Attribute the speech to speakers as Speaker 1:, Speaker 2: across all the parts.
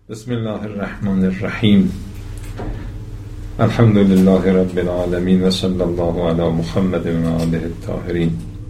Speaker 1: بسم الله الرحمن الرحیم. الحمد لله رب العالمین و صلی الله علی محمد و آله الطاهرین.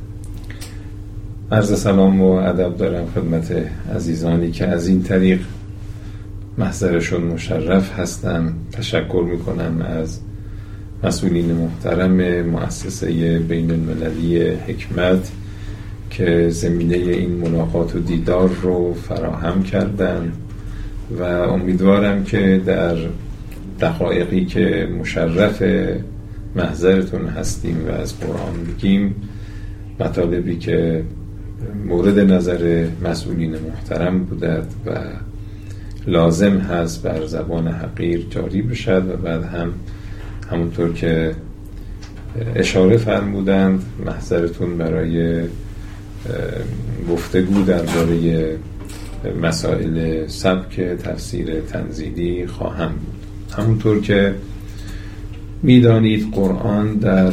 Speaker 1: عرض سلام و ادب دارم خدمت عزیزانی که از این طریق محضرشون مشرف هستم. تشکر میکنم از مسئولین محترم مؤسسه بین المللی حکمت که زمینه این ملاقات و دیدار رو فراهم کردن و امیدوارم که در دقایقی که مشرف محضرتون هستیم و از قرآن میگیم، مطالبی که مورد نظر مسئولین محترم بودد و لازم هست بر زبان حقیر جاری بشد و بعد همونطور که اشاره فرمودند محضرتون برای گفتگو درباره مسائل سبک تفسیر تنزیلی خواهم بود. همونطور که میدانید قرآن در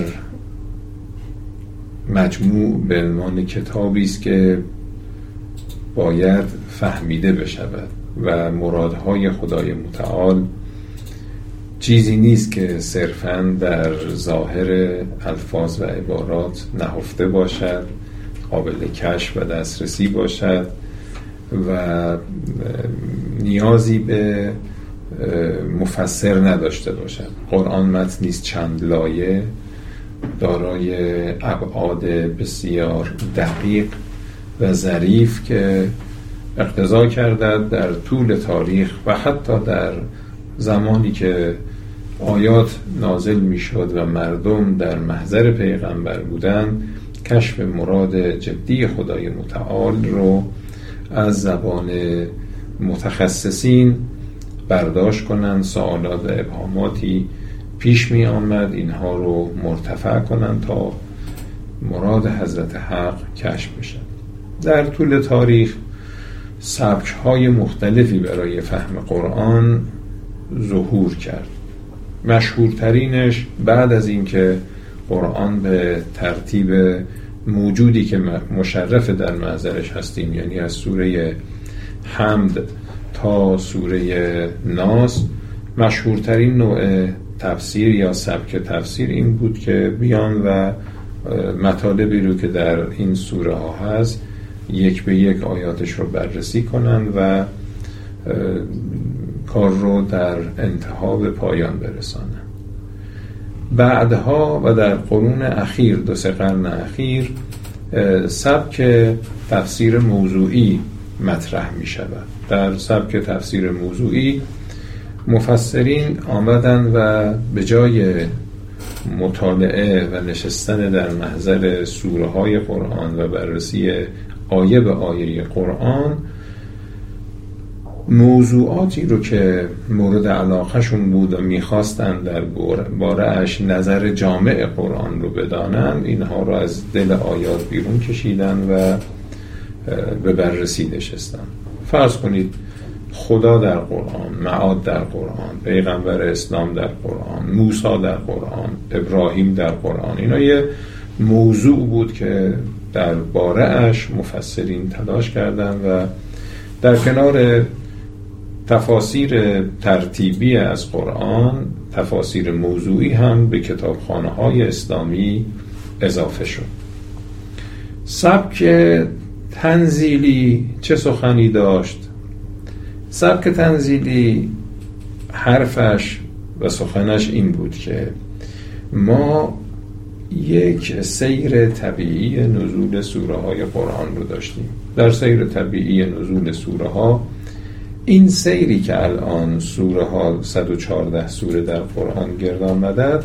Speaker 1: مجموع به عنوان کتابی است که باید فهمیده بشود و مرادهای خدای متعال چیزی نیست که صرفاً در ظاهر الفاظ و عبارات نهفته باشد، قابل کشف و دسترسی باشد و نیازی به مفسر نداشته باشد. قرآن متن نیست چند لایه دارای ابعاد بسیار دقیق و ظریف که اقتضا کرده در طول تاریخ و حتی در زمانی که آیات نازل می شد و مردم در محضر پیغمبر بودند، کشف مراد جدی خدای متعال رو از زبان متخصصین برداشت کنند. سوالات و ابهاماتی پیش می آمد، اینها رو مرتفع کنند تا مراد حضرت حق کشف بشد. در طول تاریخ سبک‌های مختلفی برای فهم قرآن ظهور کرد. مشهورترینش بعد از اینکه قرآن به ترتیب موجودی که مشرف در محضرش هستیم، یعنی از سوره حمد تا سوره ناس، مشهورترین نوع تفسیر یا سبک تفسیر این بود که بیان و مطالبی رو که در این سوره ها هست یک به یک آیاتش رو بررسی کنن و کار رو در انتها به پایان برسانن. بعدها و در قرون اخیر، 2-3 قرن اخیر، سبک تفسیر موضوعی مطرح می شود. در سبک تفسیر موضوعی مفسرین آمدن و به جای مطالعه و نشستن در محضر سوره های قرآن و بررسی آیه به آیه قرآن، موضوعاتی رو که مورد علاقهشون بود و میخواستن در باره‌اش نظر جامع قرآن رو بدانن، اینها رو از دل آیات بیرون کشیدن و به بررسی نشستن. فرض کنید خدا در قرآن، معاد در قرآن، پیغمبر اسلام در قرآن، موسی در قرآن، ابراهیم در قرآن. اینا یه موضوع بود که در باره‌اش مفسرین تلاش کردن و در کنار تفاسیر ترتیبی از قرآن، تفاسیر موضوعی هم به کتابخانه‌های اسلامی اضافه شد. سبک تنزیلی چه سخنی داشت؟ سبک تنزیلی حرفش و سخنش این بود که ما یک سیر طبیعی نزول سوره های قرآن رو داشتیم. در سیر طبیعی نزول سوره ها، این سیری که الان سوره ها 114 سوره در قرآن گرد آمدد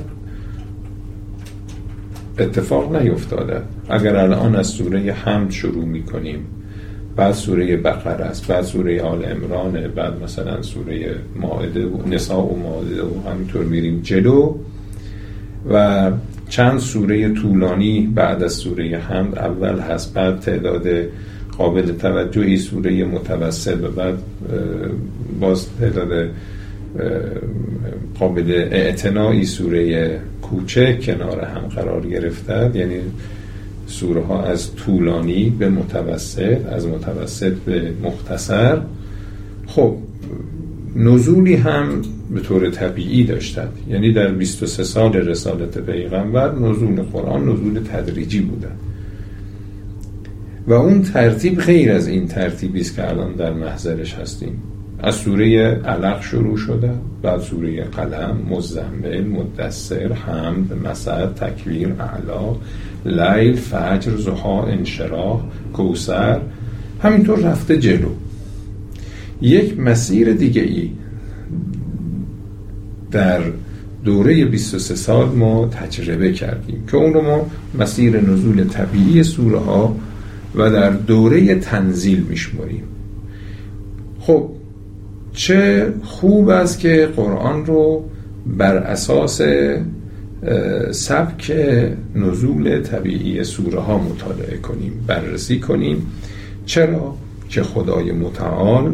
Speaker 1: اتفاق نیفتاده. اگر الان از سوره حمد شروع می کنیم، بعد سوره بقره است، بعد سوره آل عمران، بعد مثلا سوره مائده و نساء و مائده و همینطور میریم جلو و چند سوره طولانی بعد از سوره حمد اول هست، بعد تعداد قابل توجهی سوره متوسط و بعد باز تعداد قابل اعتنایی سوره کوچک کنار هم قرار گرفته. یعنی سوره ها از طولانی به متوسط، از متوسط به مختصر. خب نزولی هم به طور طبیعی داشتند. یعنی در 23 سال رسالت پیغمبر نزول قرآن نزول تدریجی بوده و اون ترتیب غیر از این ترتیبی است که الان در محضرش هستیم. از سوره علق شروع شده، بعد سوره قلم، مزمل، مدثر، حمد، مسد، تکویر، اعلا، لیل، فجر، ضحی، انشراح، کوثر، همینطور رفته جلو. یک مسیر دیگه ای در دوره 23 سال ما تجربه کردیم که اون رو ما مسیر نزول طبیعی سوره ها و در دوره تنزیل میشماریم. خب چه خوب است که قرآن رو بر اساس سبک نزول طبیعی سوره ها مطالعه کنیم، بررسی کنیم. چرا؟ که خدای متعال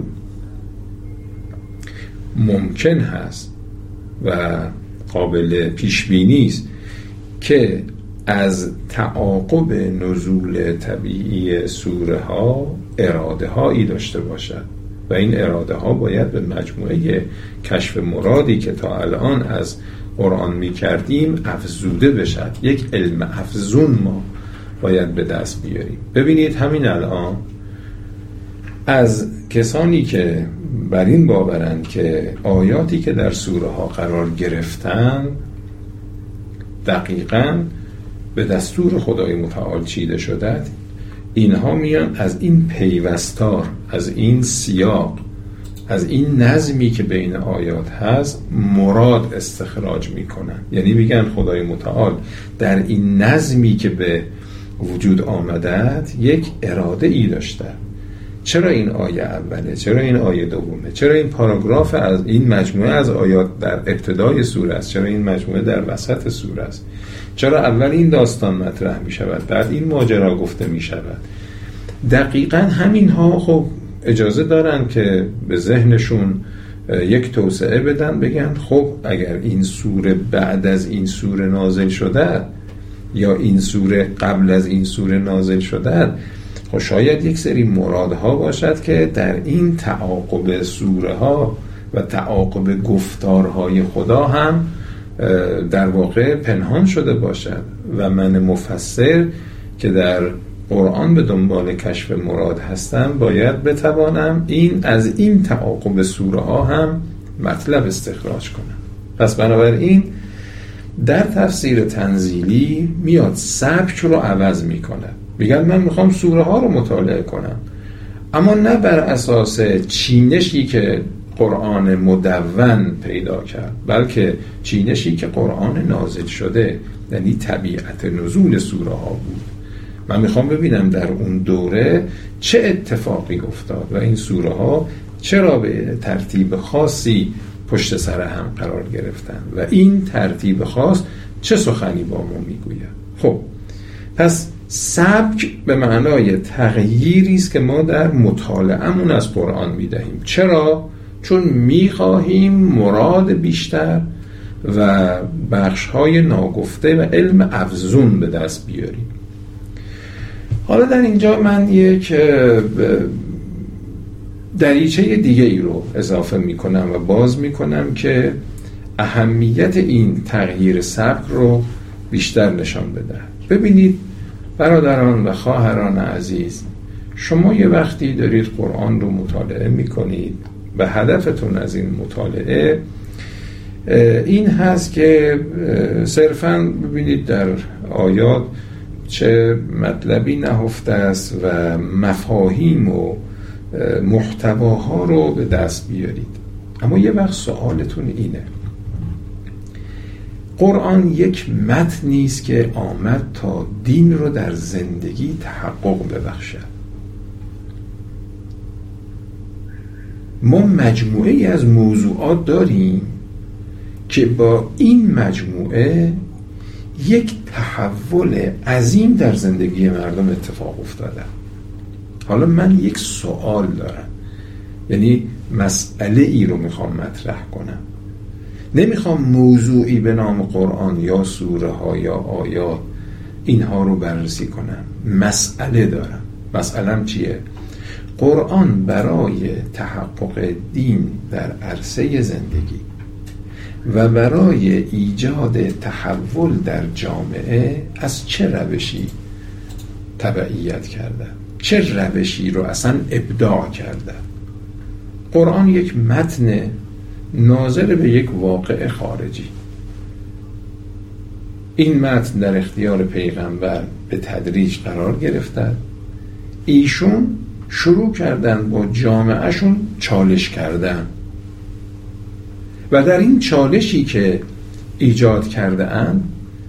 Speaker 1: ممکن هست و قابل پیش بینی است که از تعاقب نزول طبیعی سوره ها اراده هایی داشته باشد و این اراده ها باید به مجموعه کشف مرادی که تا الان از قرآن می کردیم افزوده بشد. یک علم افزون ما باید به دست بیاریم. ببینید همین الان از کسانی که بر این باورند که آیاتی که در سوره ها قرار گرفتن دقیقاً به دستور خدای متعال چیده شده، اینها میان از این پیوستار، از این سیاق، از این نظمی که بین آیات هست مراد استخراج میکنن. یعنی میگن خدای متعال در این نظمی که به وجود آمده یک اراده ای داشته. چرا این آیه اوله؟ چرا این آیه دومه؟ چرا این پاراگراف از این مجموعه از آیات در ابتدای سوره است؟ چرا این مجموعه در وسط سوره است؟ چرا اول این داستان مطرح می شود بعد این ماجرا گفته می شود؟ دقیقاً همین ها خب اجازه دارن که به ذهنشون یک توسعه بدن، بگن خب اگر این سوره بعد از این سوره نازل شده یا این سوره قبل از این سوره نازل شده، خب شاید یک سری مرادها باشد که در این تعاقب سوره ها و تعاقب گفتارهای خدا هم در واقع پنهان شده باشد و من مفسر که در قرآن به دنبال کشف مراد هستم باید بتوانم از این تعاقب سوره ها هم مطلب استخراج کنم. پس بنابراین در تفسیر تنزیلی میاد سبک رو عوض میکنه. میگن من میخوام سوره ها رو مطالعه کنم، اما نه بر اساس چینشی که قرآن مدون پیدا کرد، بلکه چینشی که قرآن نازل شده، یعنی طبیعت نزول سوره ها بود. من میخوام ببینم در اون دوره چه اتفاقی افتاد و این سوره ها چرا به ترتیب خاصی پشت سر هم قرار گرفتن و این ترتیب خاص چه سخنی با ما میگوید. خب پس سبک به معنای تغییری است که ما در مطالعه‌مون از قرآن میدهیم. چرا؟ چون میخواهیم مراد بیشتر و بخش‌های ناگفته و علم افزون به دست بیاریم. حالا در اینجا من یک دریچه دیگه ای رو اضافه میکنم و باز میکنم که اهمیت این تغییر سبک رو بیشتر نشان بده. ببینید برادران و خواهران عزیز، شما یه وقتی دارید قرآن رو مطالعه میکنید و هدفتون از این مطالعه این هست که صرفاً ببینید در آیات چه مطلبی نهفته است و مفاهیم و محتواها رو به دست بیارید. اما یه وقت سوالتون اینه: قرآن یک متنی است که آمد تا دین رو در زندگی تحقق ببخشد. ما مجموعه از موضوعات داریم که با این مجموعه یک تحول عظیم در زندگی مردم اتفاق افتاده. حالا من یک سوال دارم، یعنی مسئله ای رو میخوام مطرح کنم. نمیخوام موضوعی به نام قرآن یا سوره ها یا آیات اینها رو بررسی کنم. مسئله دارم. مسئله‌ام چیه؟ قرآن برای تحقق دین در عرصه زندگی و برای ایجاد تحول در جامعه از چه روشی تبعیت کرده، چه روشی رو اصلا ابداع کرده. قرآن یک متن ناظر به یک واقع خارجی. این متن در اختیار پیغمبر به تدریج قرار گرفته. ایشون شروع کردن با جامعهشون چالش کردن و در این چالشی که ایجاد کرده اند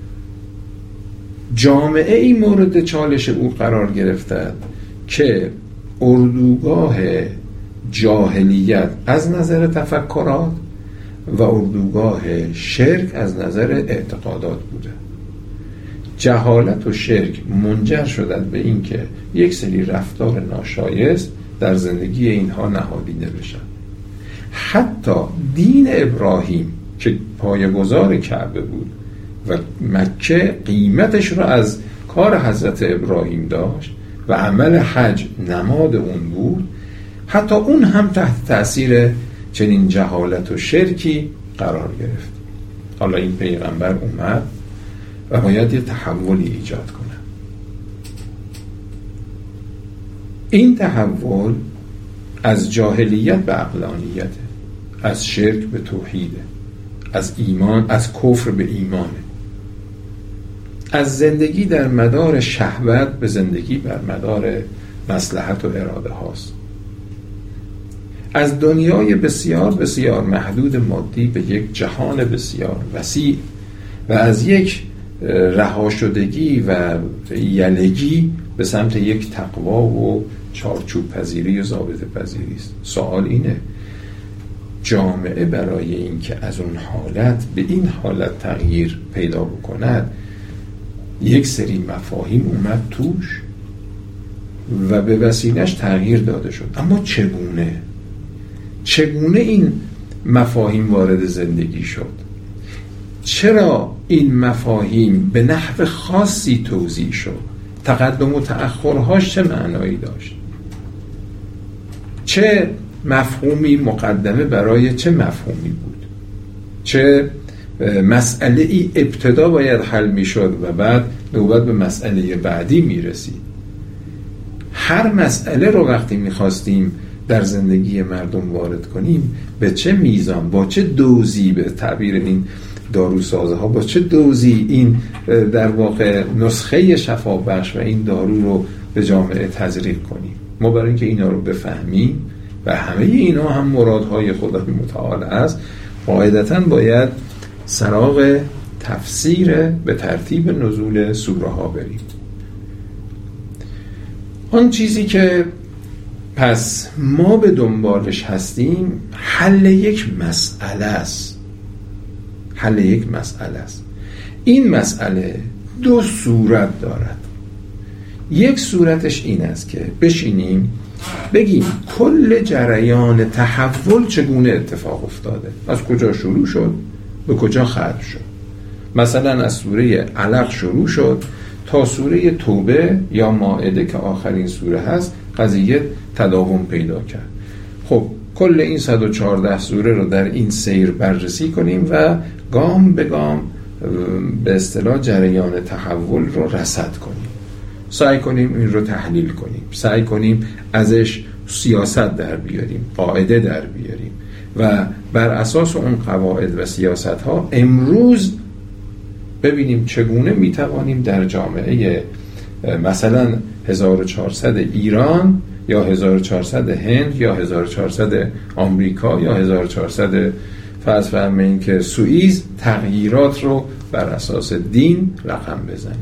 Speaker 1: جامعه ای مورد چالش او قرار گرفته که اردوگاه جاهلیت از نظر تفکرات و اردوگاه شرک از نظر اعتقادات بوده. جهالت و شرک منجر شدند به این که یک سری رفتار ناشایست در زندگی اینها نهادینه بشن. حتی دین ابراهیم که پایه‌گذار کعبه بود و مکه قیمتش رو از کار حضرت ابراهیم داشت و عمل حج نماد اون بود، حتی اون هم تحت تأثیر چنین جهالت و شرکی قرار گرفت. حالا این پیغمبر اومد و باید یه تحولی ایجاد کنه. این تحول از جاهلیت به عقلانیت، از شرک به توحید، از ایمان، از کفر به ایمان، از زندگی در مدار شهوت به زندگی بر مدار مصلحت و اراده هاست، از دنیای بسیار بسیار محدود مادی به یک جهان بسیار وسیع و از یک رها شدگی و یلگی به سمت یک تقوا و چارچوب پذیری و ضابطه پذیری است. سوال اینه جامعه برای اینکه از اون حالت به این حالت تغییر پیدا بکند یک سری مفاهیم اومد توش و به وسیله‌اش تغییر داده شد. اما چگونه این مفاهیم وارد زندگی شد؟ چرا این مفاهیم به نحو خاصی توزیع شد؟ تقدم و تأخرهاش چه معنایی داشت؟ چه مفهومی مقدمه برای چه مفهومی بود؟ چه مسئله ای ابتدا باید حل می شد و بعد نوبت به مسئله بعدی می رسید؟ هر مسئله رو وقتی می خواستیم در زندگی مردم وارد کنیم به چه میزان، با چه دوزی، به تعبیر این داروسازه ها، با چه دوزی این در واقع نسخه شفابخش و این دارو رو به جامعه تزریق کنیم؟ ما برای اینکه اینا رو بفهمیم و همه اینا هم مرادهای خدای متعال است، قاعدتاً باید سراغ تفسیر به ترتیب نزول سوره ها بریم. آن چیزی که پس ما به دنبالش هستیم حل یک مسئله است. این مسئله دو صورت دارد. یک صورتش این است که بشینیم بگیم کل جریان تحول چگونه اتفاق افتاده، از کجا شروع شد به کجا ختم شد. مثلا از سوره علق شروع شد تا سوره توبه یا مائده که آخرین سوره هست قضیه تداوم پیدا کرد. خب کل این 114 سوره رو در این سیر بررسی کنیم و گام به گام به اصطلاح جریان تحول رو رصد کنیم، سعی کنیم این رو تحلیل کنیم، سعی کنیم ازش سیاست در بیاریم، قاعده در بیاریم و بر اساس اون قواعد و سیاست ها امروز ببینیم چگونه میتوانیم در جامعه مثلا 1400 ایران یا 1400 هند یا 1400 آمریکا یا 1400 فرض فرمایید که سوئیس تغییرات رو بر اساس دین رقم بزنیم.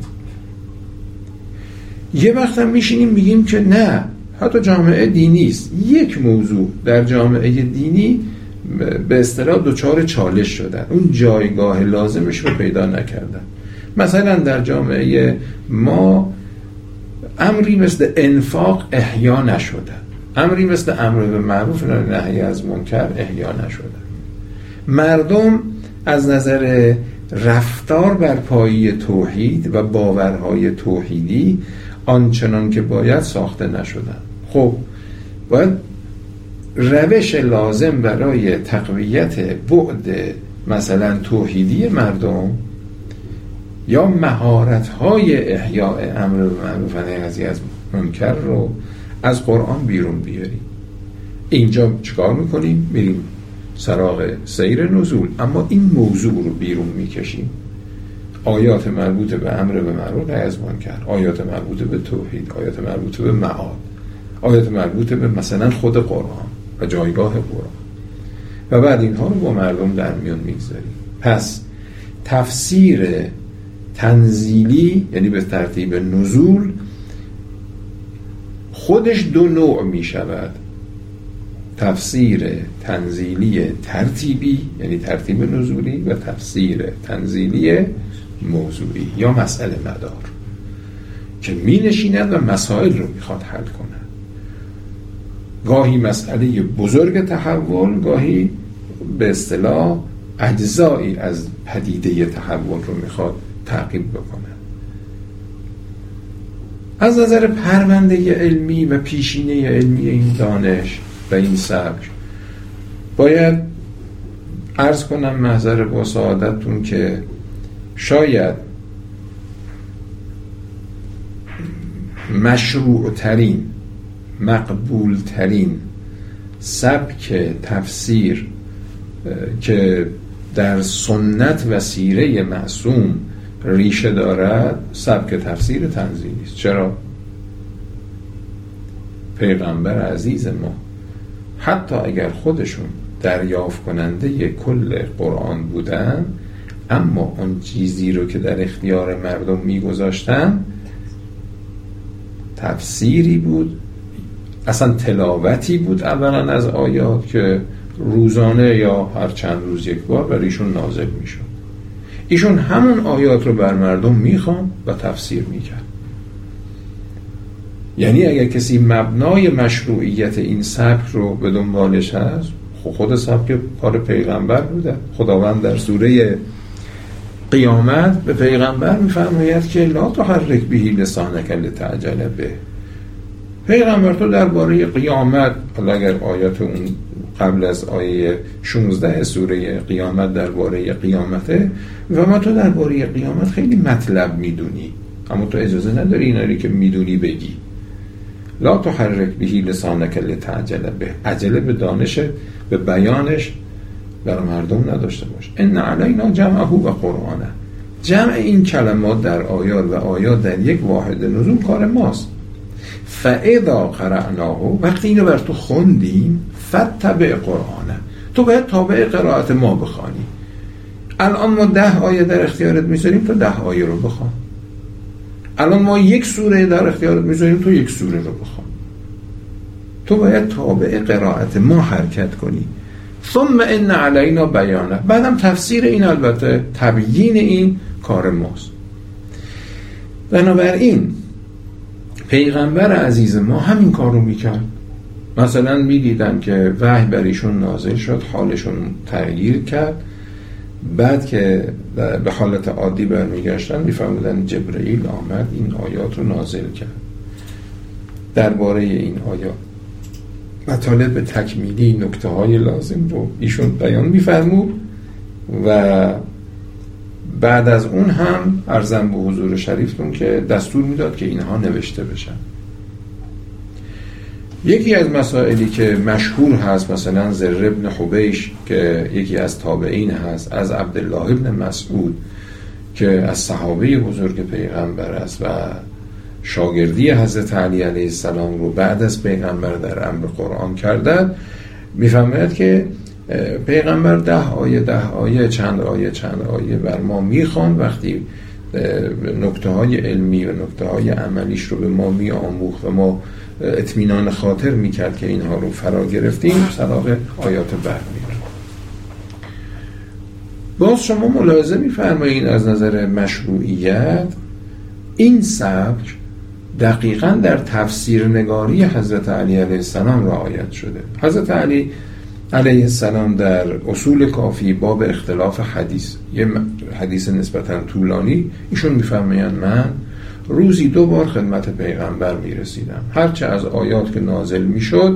Speaker 1: یه وقت هم میشینیم میگیم که نه، حتی جامعه دینی است، یک موضوع در جامعه دینی به اصطلاح دچار چالش شدن، اون جایگاه لازمش رو پیدا نکردن. مثلا در جامعه ما امری مثل انفاق احیا نشده، امری مثل امر به معروف و نهی از منکر احیا نشده. مردم از نظر رفتار بر پایه توحید و باورهای توحیدی آنچنان که باید ساخته نشدن. خب باید روش لازم برای تقویت بعد مثلا توحیدی مردم یا مهارت‌های احیاء امر بالمعروف و نهی از منکر رو از قرآن بیرون بیاریم. اینجا چیکار میکنیم؟ میریم سراغ سیر نزول، اما این موضوع رو بیرون میکشیم. آیات مربوط به امر بالمعروف و نهی از منکر، آیات مربوط به توحید، آیات مربوط به معاد، آیات مربوط به مثلا خود قرآن و جایگاه قرآن، و بعد اینها رو با مردم در میان میگذاریم. پس تفسیر تنزیلی یعنی به ترتیب نزول خودش دو نوع می شود: تفسیر تنزیلی ترتیبی یعنی ترتیب نزولی و تفسیر تنزیلی موضوعی یا مسئله مدار که می نشیند و مسائل رو می خواد حل کنند. گاهی مسئله بزرگ تحول، گاهی به اصطلاح اجزایی از پدیده تحول رو می خواد تعقیب بکنه. از نظر پرونده علمی و پیشینه علمی این دانش و این سبک باید عرض کنم محضر با سعادتتون که شاید مشروع ترین، مقبول ترین سبک تفسیر که در سنت و سیره معصوم ریشه دارد سبک تفسیر تنزیلی است. چرا؟ پیغمبر عزیز ما حتی اگر خودشون دریافت کننده کل قرآن بودن، اما اون چیزی رو که در اختیار مردم میگذاشتن تفسیری بود، اصلا تلاوتی بود اولا از آیات که روزانه یا هر چند روز یک بار بر ایشون نازل میشد. ایشون همون آیات رو بر مردم میخوان و تفسیر میکرد. یعنی اگر کسی مبنای مشروعیت این سبک رو به دنبالش هست، خود سبک کار پیغمبر بوده. خداوند در سوره قیامت به پیغمبر میفرماید که لا تحرک به لسانک لتعجل به. پیغمبر تو درباره قیامت، حالا اگر آیات اون قبل از آیه 16 سوره قیامت درباره قیامته، و ما تو درباره قیامت خیلی مطلب میدونی، اما تو اجازه نداری ایناری که میدونی بگی. لا تحرک به لسانک لتعجل به، عجله به دانش، به بیانش برای مردم نداشته باش. ان علینا جمعه و قرآنه. جمع این کلمات در آیات و آیات در یک واحد نزول کار ماست. فاذا قرأناه، وقتی اینو بر تو خوندیم، فتبع قرآنه، تو باید تابع قرائت ما بخوانی. الان ما 10 آیه در اختیارت میذاریم، تو 10 آیه رو بخوان. الان ما 1 سوره در اختیارت میذاریم، تو 1 سوره رو بخوان. تو باید تابع قرائت ما حرکت کنی. ثم ان علینا بیانه، بعدم تفسیر این، البته تبیین این کار ماست. بنابراین پیغمبر عزیز ما همین کار رو میکرد. مثلا میدیدن که وحی بر ایشون نازل شد، حالشون تغییر کرد، بعد که به حالت عادی برمیگشتن میفهمیدن جبرئیل آمد این آیات رو نازل کرد. درباره این آیات مطالب تکمیلی، نکته های لازم رو ایشون بیان میفرمود و بعد از اون هم عرضم به حضور شریفتون که دستور میداد که اینها نوشته بشن. یکی از مسائلی که مشهور هست، مثلا زر ابن حبیش که یکی از تابعین هست، از عبدالله ابن مسعود که از صحابه بزرگ پیغمبر است و شاگردی حضرت علی علیه السلام رو بعد از پیغمبر در امر قرآن کردن، میفهمید که پیغمبر 10 آیه چند آیه بر ما میخوان. وقتی نکته های علمی و نکته های عملیش رو به ما میآموخت و ما اطمینان خاطر میکرد که اینها رو فرا گرفتیم، سراغ آیات بعد میریم. باز شما ملاحظه میفرمایید از نظر مشروعیت این سبک دقیقاً در تفسیر نگاری حضرت علی علیه السلام رعایت شده. حضرت علی علیه السلام در اصول کافی باب اختلاف حدیث، یه حدیث نسبتاً طولانی، ایشون میفرمایند من روزی 2 بار خدمت پیغمبر میرسیدم. هرچه از آیات که نازل میشد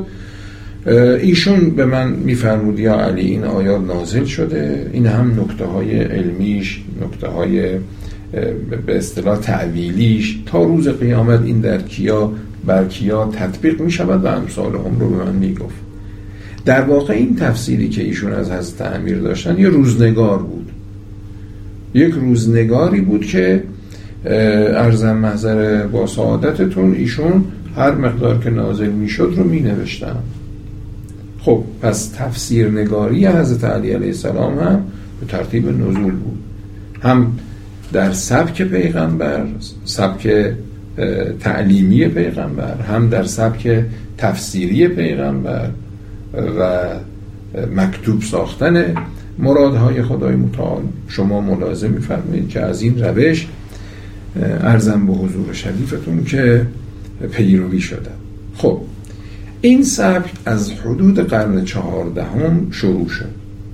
Speaker 1: ایشون به من میفرمود یا علی این آیات نازل شده، این هم نکته های علمیش، نکته های به اصطلاح تعویلیش تا روز قیامت این در کیا بر کیا تطبیق میشود و امثال هم رو به من میگفت. در واقع این تفسیری که ایشون از حضرت امیر داشتن یه روزنگار بود، یک روزنگاری بود که عرضم محضر با سعادتتون ایشون هر مقدار که نازل میشد رو مینوشتن. خب پس تفسیر نگاری حضرت علی علیه السلام هم به ترتیب نزول بود، هم در سبک پیغمبر، سبک تعلیمی پیغمبر، هم در سبک تفسیری پیغمبر و مکتوب ساختن مرادهای خدای متعال. شما ملاحظه می‌فرمایید که از این روش عرضم به حضور شریفتون که پیروی شده. خب این سبک از حدود قرن 14 شروع شد،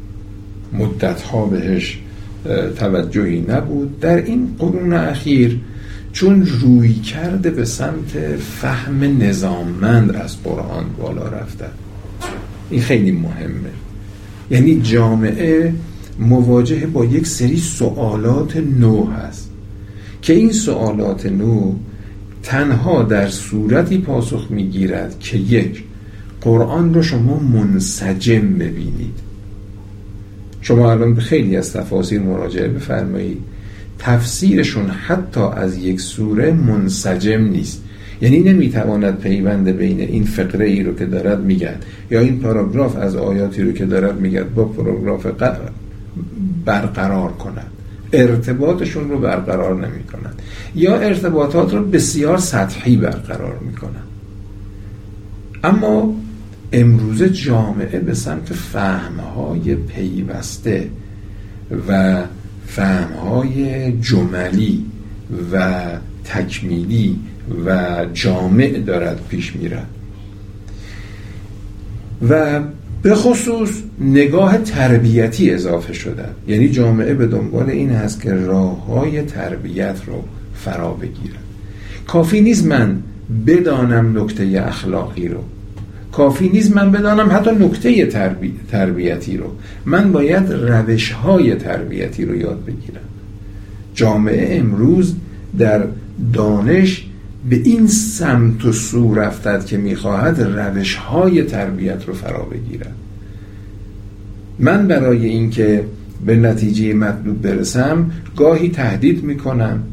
Speaker 1: مدتها بهش توجهی نبود. در این قرون اخیر چون روی کرده به سمت فهم نظاممند از قرآن بالا رفته، این خیلی مهمه. یعنی جامعه مواجه با یک سری سوالات نو هست که این سوالات نو تنها در صورتی پاسخ میگیرد که یک، قرآن رو شما منسجم ببینید. شما الان به خیلی از تفاسیر مراجعه بفرمایید، تفسیرشون حتی از یک سوره منسجم نیست. یعنی نمیتواند پیوند بین این فقره ای رو که دارد میگد یا این پاراگراف از آیاتی رو که دارد میگد با پاراگراف برقرار کند، ارتباطشون رو برقرار نمی کنند یا ارتباطات رو بسیار سطحی برقرار می کنند. اما امروز جامعه به سمت فهمهای پیوسته و فهمهای جملی و تکمیلی و جامع دارد پیش میرد و به خصوص نگاه تربیتی اضافه شده. یعنی جامعه به دنبال این هست که راههای تربیت رو فرا بگیرد. کافی نیست من بدانم نکته اخلاقی رو، کافی نیست من بدانم حتی نکته تربیتی رو، من باید روشهای تربیتی رو یاد بگیرم. جامعه امروز در دانش به این سمت و سو رفتد که میخواهد روشهای تربیت رو فرا بگیرد. من برای اینکه به نتیجه مطلوب برسم گاهی تهدید میکنم،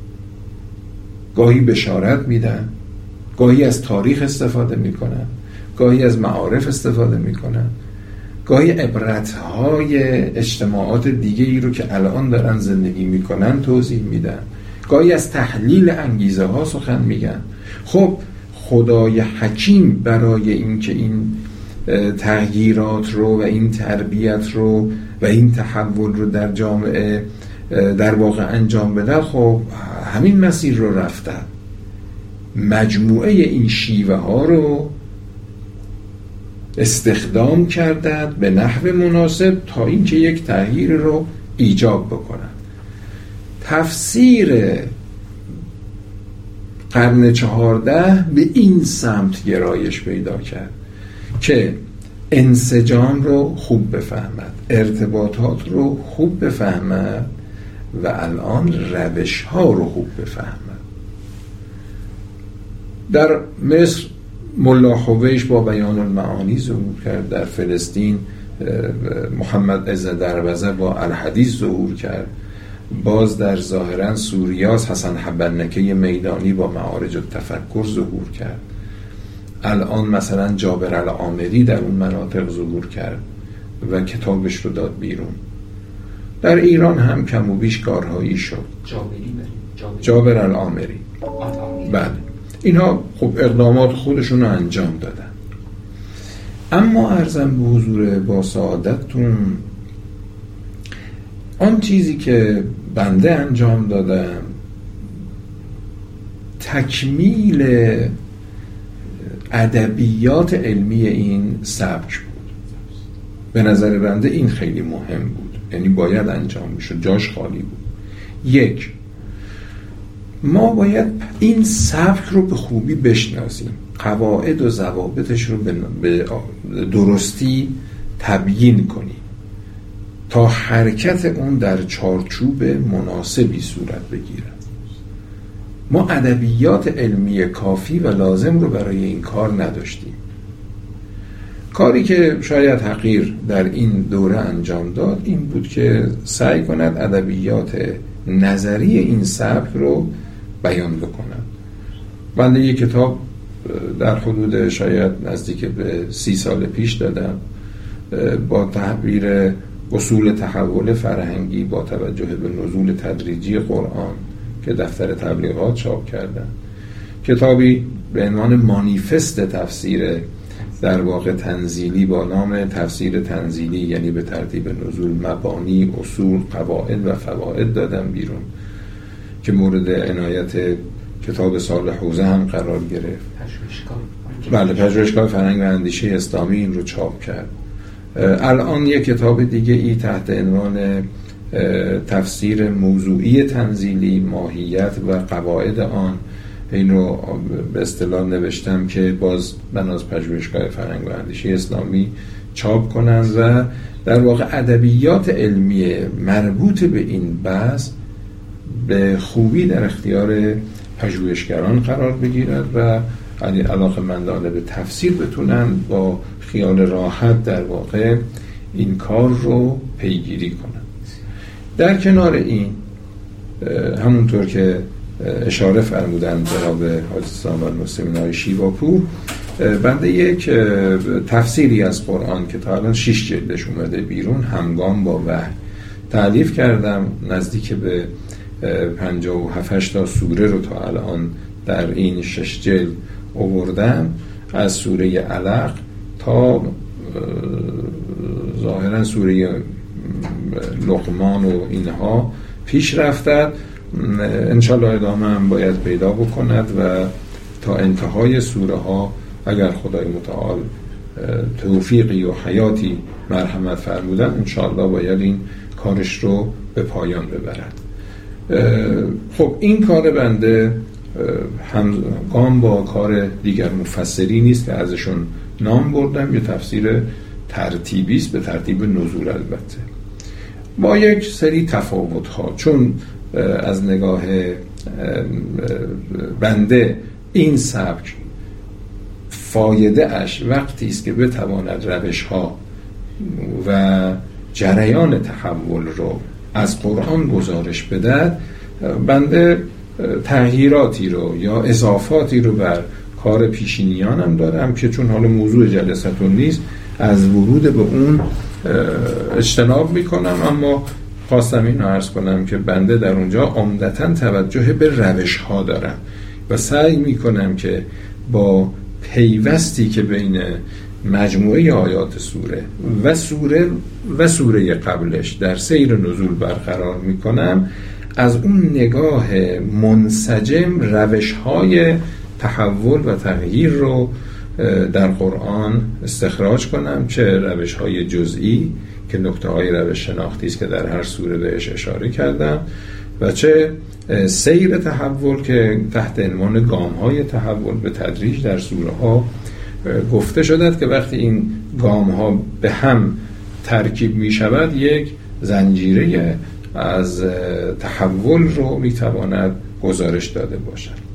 Speaker 1: گاهی بشارت میدم، گاهی از تاریخ استفاده میکنم، گاهی از معارف استفاده میکنم، گاهی عبرتهای اجتماعات دیگه ای رو که الان دارن زندگی میکنن توضیح میدم، گاهی از تحلیل انگیزه ها سخن میگن. خب خدای حکیم برای اینکه این تغییرات رو و این تربیت رو و این تحول رو در جامعه در واقع انجام بده، خب همین مسیر رو رفته، مجموعه این شیوه ها رو استخدام کردند به نحو مناسب تا اینکه یک تغییر رو ایجاب بکنند. تفسیر قرن 14 به این سمت گرایش پیدا کرد که انسجام رو خوب بفهمد، ارتباطات رو خوب بفهمد و الان روش ها رو خوب بفهمد. در مصر ملا حویش با بیان المعانی ظهور کرد، در فلسطین محمد عز دروزه با الحدیث ظهور کرد، باز در ظاهرا سوریاس حسن حبنکه میدانی با معارج التفکر ظهور کرد. الان مثلا جابر العامری در اون مناطق ظهور کرد و کتابش رو داد بیرون. در ایران هم کم و بیش کارهایی شد. جابر العامری بله، اینها خب اقدامات خودشون رو انجام دادن. اما عرضم به حضور با سعادتتون آن چیزی که بنده انجام دادم تکمیل ادبیات علمی این سبک بود. به نظر بنده این خیلی مهم بود، یعنی باید انجام میشد، جاش خالی بود. یک، ما باید این سبک رو به خوبی بشناسیم، قواعد و ضوابطش رو به درستی تبیین کنیم تا حرکت اون در چارچوب مناسبی صورت بگیره. ما ادبیات علمی کافی و لازم رو برای این کار نداشتیم. کاری که شاید حقیر در این دوره انجام داد این بود که سعی کند ادبیات نظری این سبک رو بیان بکنند. بنده یک کتاب در حدود شاید نزدیک به 30 سال پیش دادم با تعبیر اصول تحول فرهنگی با توجه به نزول تدریجی قرآن که دفتر تبلیغات چاپ کردن. کتابی به عنوان مانیفست تفسیر در واقع تنزیلی با نام تفسیر تنزیلی، یعنی به ترتیب نزول مبانی، اصول، قواعد و فواید دادم بیرون که مورد عنایت کتاب صالح حوزه هم قرار گرفت. بله، پژوهشگاه فرهنگ و اندیشه اسلامی این رو چاپ کرد. الان یک کتاب دیگه ای تحت عنوان تفسیر موضوعی تنزیلی، ماهیت و قواعد آن، این رو به اصطلاح نوشتم که باز من از پژوهشگاه فرهنگ و اندیشه اسلامی چاپ کنن و در واقع ادبیات علمی مربوط به این بحث به خوبی در اختیار پژوهشگران قرار بگیرد و علاقه‌مندان به تفسیر بتونن با خیال راحت در واقع این کار رو پیگیری کنن. در کنار این همونطور که اشاره فرمودن جناب حاج سامال مسلمین های شیواپور، بنده یک تفسیری از قرآن که تا الان 6 جلدش اومده بیرون، همگام با وحی، تألیف کردم. نزدیک به 57 تا سوره رو تا الان در این 6 جلد آوردم، از سوره علق تا ظاهرا سوره لقمان و اینها پیش رفتد. انشالله ادامه هم باید پیدا بکند و تا انتهای سوره ها اگر خدای متعال توفیقی و حیاتی مرحمت فرمودن انشالله باید این کارش رو به پایان ببرد. خب این کار بنده همگام با کار دیگر مفسری نیست که ازشون نام بردم، یه تفسیر ترتیبی است به ترتیب نزول، البته با یک سری تفاوت ها، چون از نگاه بنده این سبک فایده اش وقتی است که بتواند روش ها و جریان تحول رو از قرآن گزارش بدهد، بنده تغییراتی رو یا اضافاتی رو بر کار پیشینیانم دارم که چون حالا موضوع جلستون نیست از ورود به اون اجتناب میکنم، اما خواستم این رو عرض کنم که بنده در اونجا عمدتاً توجه به روش ها دارم و سعی میکنم که با پیوستی که بین مجموعه آیات سوره و سوره قبلش در سیر نزول برقرار میکنم، از اون نگاه منسجم روش‌های تحول و تغییر رو در قرآن استخراج کنم، چه روش‌های جزئی که نکته‌های روش شناختی است که در هر سوره بهش اشاره کردم و چه سیر تحول که تحت عنوان گام‌های تحول به تدریج در سوره‌ها گفته شده که وقتی این گام‌ها به هم ترکیب می‌شود یک زنجیره از تحول رو میتواند گزارش داده باشد.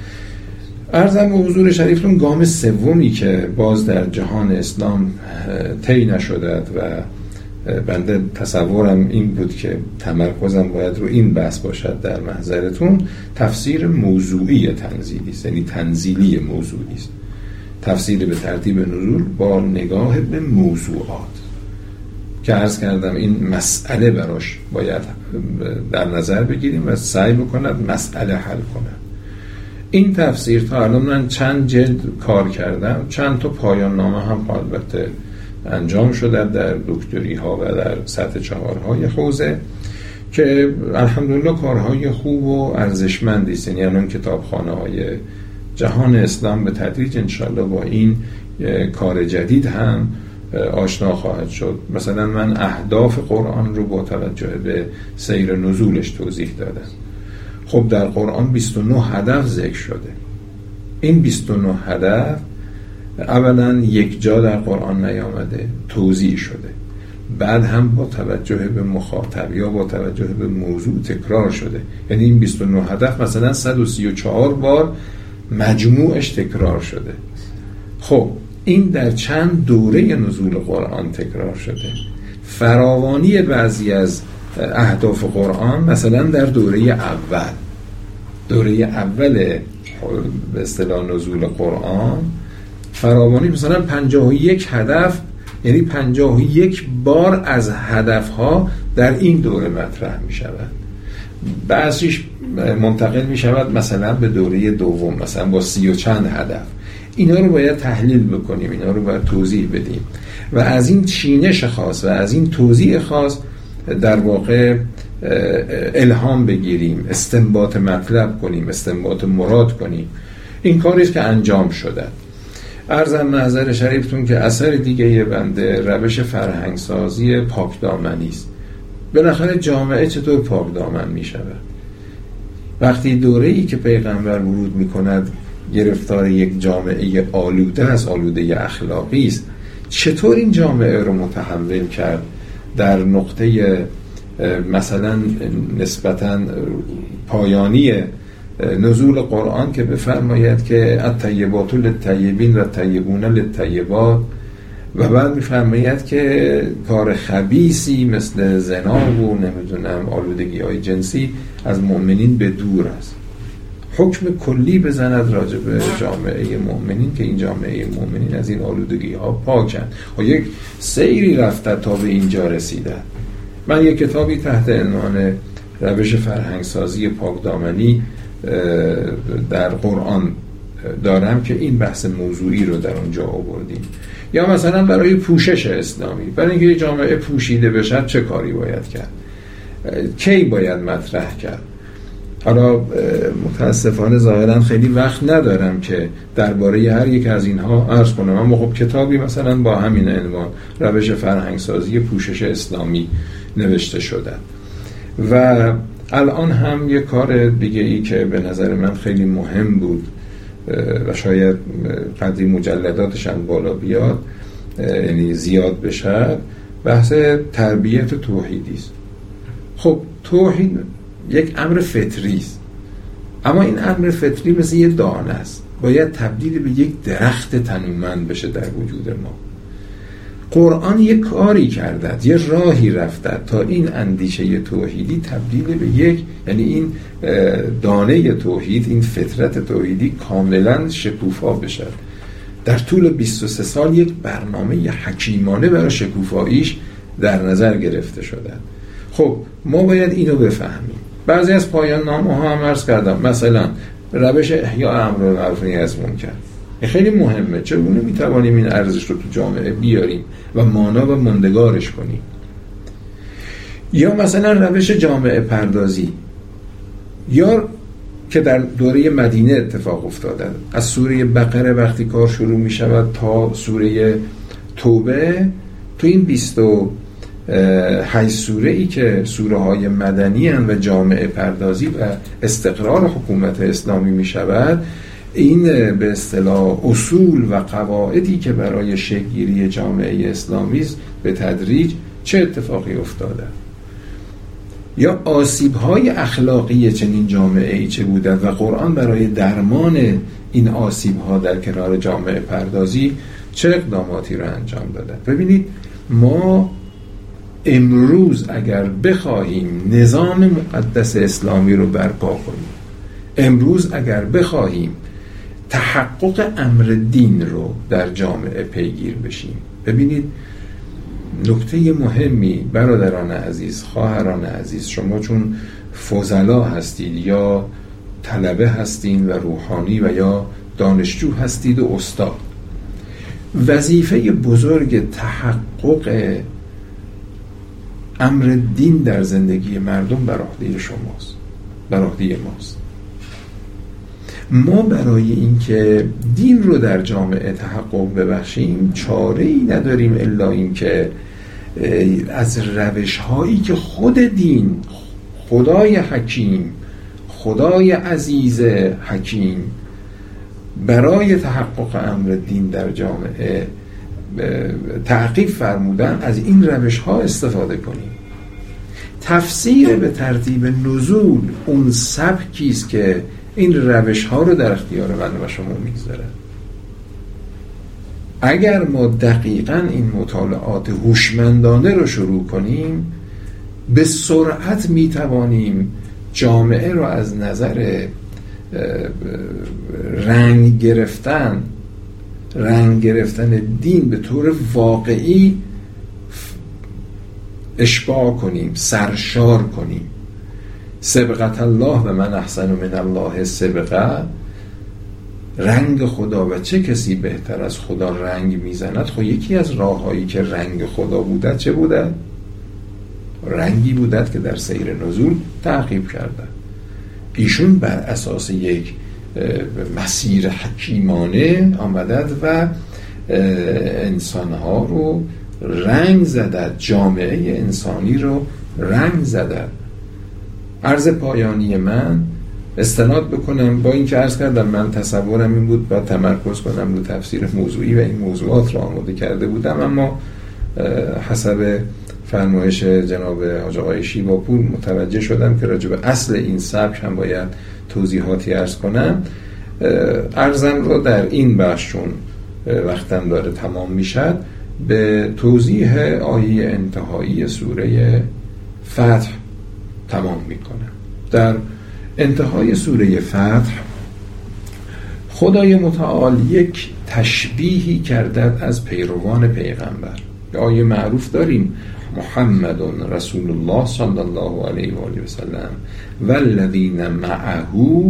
Speaker 1: عرضم به حضور شریفتون گام سومی که باز در جهان اسلام طی نشده و بنده تصورم این بود که تمرکزم باید رو این بحث باشد در محضرتون، تفسیر موضوعی تنزیلی است، یعنی تنزیلی موضوعی است، تفسیر به ترتیب نزول با نگاه به موضوعات که عرض کردم این مسئله براش باید در نظر بگیریم و سعی بکند مسئله حل کند. این تفسیر تا الان من چند جلد کار کردم، چند تا پایان نامه هم البته انجام شده در دکتری ها و در سطح 4 های حوزه که الحمدلله کارهای خوب و ارزشمندی است. یعنی الان کتابخانه های جهان اسلام به تدریج انشالله با این کار جدید هم آشنا خواهد شد. مثلا من اهداف قرآن رو با توجه به سیر نزولش توضیح دادم. خب در قرآن 29 هدف ذکر شده. این 29 هدف اولا یک جا در قرآن نیامده، توضیح شده، بعد هم با توجه به مخاطب یا با توجه به موضوع تکرار شده. یعنی این 29 هدف مثلا 134 بار مجموعش تکرار شده. خب این در چند دوره نزول قرآن تکرار شده. فراوانی بعضی از اهداف قرآن مثلا در دوره اول به اصطلاح نزول قرآن فراوانی مثلا 51 هدف، یعنی 51 بار از هدفها در این دوره مطرح می شود. بعضیش منتقل می شود مثلا به دوره دوم، مثلا با 30 و چند هدف. اینا رو باید تحلیل بکنیم، اینا رو باید توضیح بدیم و از این چینش خاص و از این توضیح خاص در واقع الهام بگیریم، استنباط مطلب کنیم، استنباط مراد کنیم. این کاری است که انجام شده. عرضم نظر شریفتون که اثر دیگه یه بنده روش فرهنگسازی پاکدامنی است. بالاخره جامعه چطور پاکدامن می شود؟ وقتی دوره‌ای که پیغمبر ورود می کند گرفتار یک جامعه آلوده از آلوده اخلاقی است، چطور این جامعه رو متحول کرد در نقطه مثلا نسبتاً پایانی نزول قرآن که بفرماید که الطیبات للطیبین و الطیبون للطیبات و بعد میفرماید که کار خبیثی مثل زنا و نمیدونم آلودگی های جنسی از مؤمنین به دور است. حکم کلی بزند راجع به جامعه مؤمنین که این جامعه مؤمنین از این آلودگی ها پاکند و یک سیری رفته تا به اینجا رسیده. من یک کتابی تحت عنوان روش فرهنگسازی پاکدامنی در قرآن دارم که این بحث موضوعی رو در اونجا آوردیم. یا مثلا برای پوشش اسلامی، برای اینکه یه جامعه پوشیده بشه چه کاری باید کرد، کی باید مطرح کرد. حالا متاسفانه ظاهرا خیلی وقت ندارم که درباره هر یک از اینها عرض کنم، اما خب کتابی مثلا با همین عنوان روش فرهنگسازی پوشش اسلامی نوشته شده. و الان هم یه کار دیگه ای که به نظر من خیلی مهم بود و شاید قدری مجلداتش هم بالا بیاد، یعنی زیاد بشه، بحث تربیت توحیدی است. خب توحید یک امر فطری است، اما این امر فطری مثل یه دانه است، باید تبدیل به یک درخت تنومند بشه در وجود ما. قرآن یک کاری کرده، یه راهی رفته تا این اندیشه توحیدی تبدیل به یک، یعنی این دانه توحید، این فطرت توحیدی کاملا شکوفا بشه. در طول 23 سال یک برنامه حکیمانه برای شکوفاییش در نظر گرفته شده. خب ما باید اینو بفهمیم. بعضی از پایان نامه ها هم عرض کردم، مثلا روش احیاء امر بالمعروف و نهی از منکر خیلی مهمه. چگونه میتوانیم این ارزش رو تو جامعه بیاریم و مانا و ماندگارش کنیم؟ یا مثلا روش جامعه پردازی، یا که در دوره مدینه اتفاق افتاده، از سوره بقره وقتی کار شروع می شود تا سوره توبه، تو این 28 سوره ای که سوره های مدنی هستند و جامعه پردازی و استقرار حکومت اسلامی می شود، این به اصطلاح اصول و قواعدی که برای شکل‌گیری جامعه اسلامی است به تدریج چه اتفاقی افتاده، یا آسیب‌های اخلاقی چنین جامعه‌ای چه بودند و قرآن برای درمان این آسیب‌ها در کنار جامعه پردازی چه اقداماتی را انجام داده. ببینید ما امروز اگر بخواهیم نظام مقدس اسلامی رو برپا کنیم، امروز اگر بخواهیم تحقق امر دین رو در جامعه پیگیر بشیم، ببینید نکته مهمی برادران عزیز، خواهران عزیز، شما چون فضلا هستید یا طلبه هستید و روحانی و یا دانشجو هستید و استاد، وظیفه بزرگ تحقق امر دین در زندگی مردم بر عهده شماست، بر عهده ماست. ما برای اینکه دین رو در جامعه تحقق ببخشیم چاره‌ای نداریم الا اینکه از روش‌هایی که خود دین، خدای حکیم، خدای عزیز حکیم برای تحقق امر دین در جامعه تعقیب فرمودن، از این روش ها استفاده کنیم. تفسیر به ترتیب نزول اون سبکی است که این روش ها رو در اختیار من و شما میگذاره. اگر ما دقیقاً این مطالعات هوشمندانه رو شروع کنیم، به سرعت میتوانیم جامعه رو از نظر رنگ گرفتن دین به طور واقعی اشباع کنیم، سرشار کنیم. سبقت الله و من احسن من الله سبقه، رنگ خدا و چه کسی بهتر از خدا رنگ میزند. خب یکی از راههایی که رنگ خدا بودد چه بودد؟ رنگی بودد که در سیر نزول تعقیب کرده. ایشون بر اساس یک مسیر حکیمانه آمدد و انسانها رو رنگ زدد، جامعه انسانی رو رنگ زدد. عرض پایانی من استناد بکنم، با این که عرض کردم من تصورم این بود باید تمرکز کنم رو تفسیر موضوعی و این موضوعات رو آماده کرده بودم، اما حسب فرمایش جناب حاج آقای شیواپور متوجه شدم که راجع به اصل این سبک هم باید توضیحاتی عرض کنم. عرضم رو در این بخش چون وقتم داره تمام میشد به توضیح آیه انتهایی سوره فتح تمام میکنم. در انتهای سوره فتح خدای متعال یک تشبیهی کردد از پیروان پیغمبر. آیه معروف داریم محمد رسول الله صلی الله علیه و آله و سلم والذین معه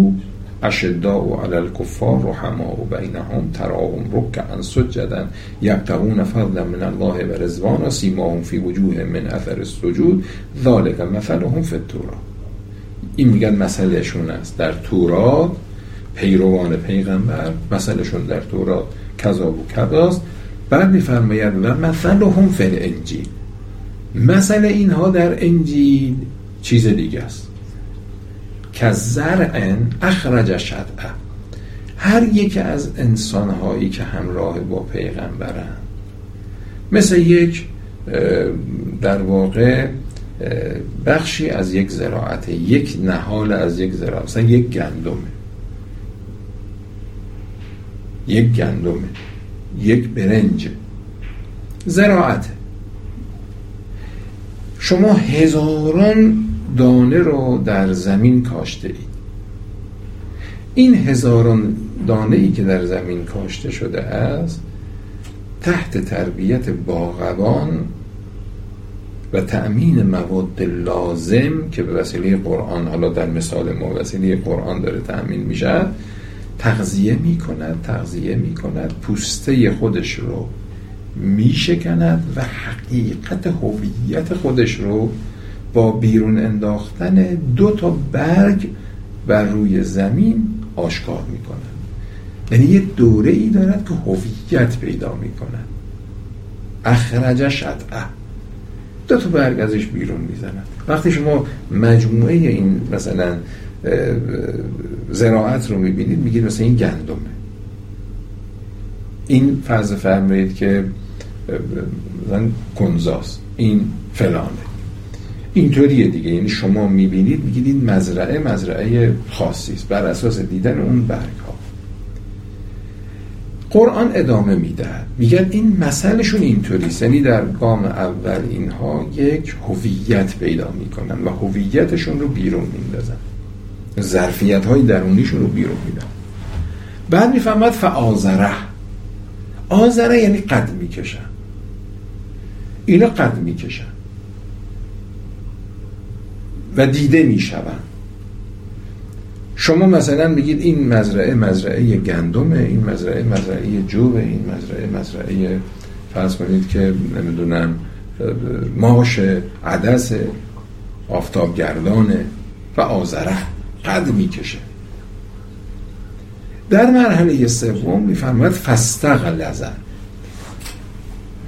Speaker 1: اشداء علی الکفار رحماء بینهم تراهم رکعا سجدا یبتغون فضلا من الله و رضوانا سیماهم فی وجوههم من اثر السجود ذلک مثلهم فی التوراة. این میگن مثلشون است در تورات، پیروان پیغمبر مثلشون در تورات کذا و کذاست. بعد میفرماید و مثلهم فی الانجیل، مثل اینها در انجیل چیز دیگه است. که زرع اخرج شطأه، هر یک از انسانهایی که همراه با پیغمبرن مثل یک در واقع بخشی از یک زراعت، یک نهال از یک زراعت، مثلا یک گندمه، یک برنج، زراعت. شما هزاران دانه رو در زمین کاشته اید. این هزاران دانه ای که در زمین کاشته شده است تحت تربیت باغبان و تأمین مواد لازم که به وسیله قرآن، حالا در مثال ما وسیله قرآن داره تأمین میشه، تغذیه میکند، پوسته خودش رو میشکند و حقیقت هویت خودش رو با بیرون انداختن 2 برگ بر روی زمین آشکار میکنند. یعنی یه دوره ای دارد که هویت پیدا میکنند. اخرج شطأه، 2 برگ ازش بیرون میزنند. وقتی شما مجموعه این مثلا زراعت رو میبینید میگید مثلا این گندمه، این فرض فرمایید که مثلا کنزاست، این فلانه، اینطوریه دیگه. یعنی شما میبینید میگید این مزرعه خاصی است بر اساس دیدن اون برگ ها. قرآن ادامه میده میگه این مثلشون اینطوریست. یعنی در گام اول اینها یک هویت پیدا میکنن و هویتشون رو بیرون میندازن، ظرفیت های درونیشون رو بیرون میدن. بعد میفهمد آذره یعنی قد میکشن، اینا قد میکشن و دیده میشون. شما مثلا بگید این مزرعه گندمه، این مزرعه جوبه، این مزرعه فرض کنید که نمیدونم ماش عدس آفتابگردانه و آذره قد میکشه. در مرحله سوم میفرماید فاستغلظ،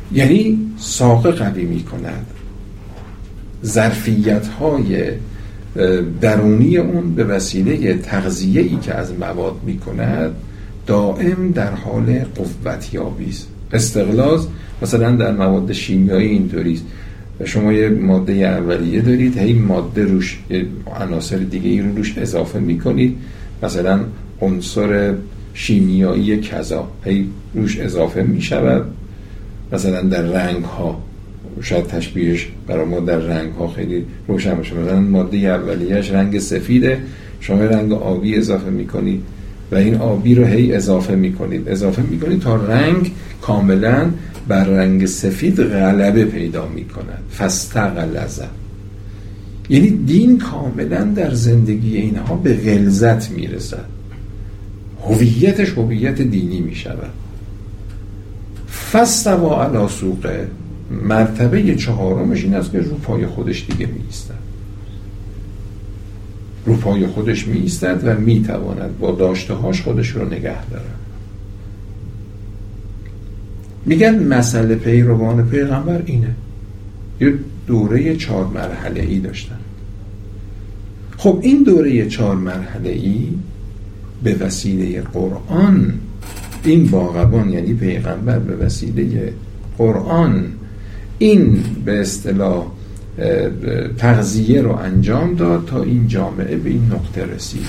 Speaker 1: یعنی ساقه قوی میکند، ظرفیت های درونی اون به وسیله تغذیه‌ای که از مواد میکند دائم در حال قوت یابی است. استغلاظ مثلا در مواد شیمیایی اینطوری است، شما یه ماده اولیه دارید، هی ماده روش عناصر دیگه ای رو روش اضافه میکنید، مثلا عنصر شیمیایی کذا هی روش اضافه میشود. مثلا در رنگ ها شاید تشبیهش برای ما در رنگ ها خیلی روشن باشه، مثلا ماده اولیه‌اش رنگ سفیده، شما رنگ آبی اضافه میکنید و این آبی رو هی اضافه میکنید تا رنگ کاملا بر رنگ سفید غلبه پیدا میکند. فاستغلظ، یعنی دین کاملا در زندگی اینها به غلظت میرسد، هویتش هویت دینی میشود. فاستوی علی سوقه، مرتبه چهارمش این است که رو پای خودش دیگه میایستد، رو پای خودش میایستد و میتواند با داشته‌هاش خودش رو نگه دارد. میگن مسئله پیروان پیغمبر اینه، یه دوره 4 مرحله‌ای داشتن. خب این دوره 4 مرحله‌ای به وسیله قرآن، این باغبان یعنی پیغمبر به وسیله قرآن این به اصطلاح تغذیه رو انجام داد تا این جامعه به این نقطه رسید.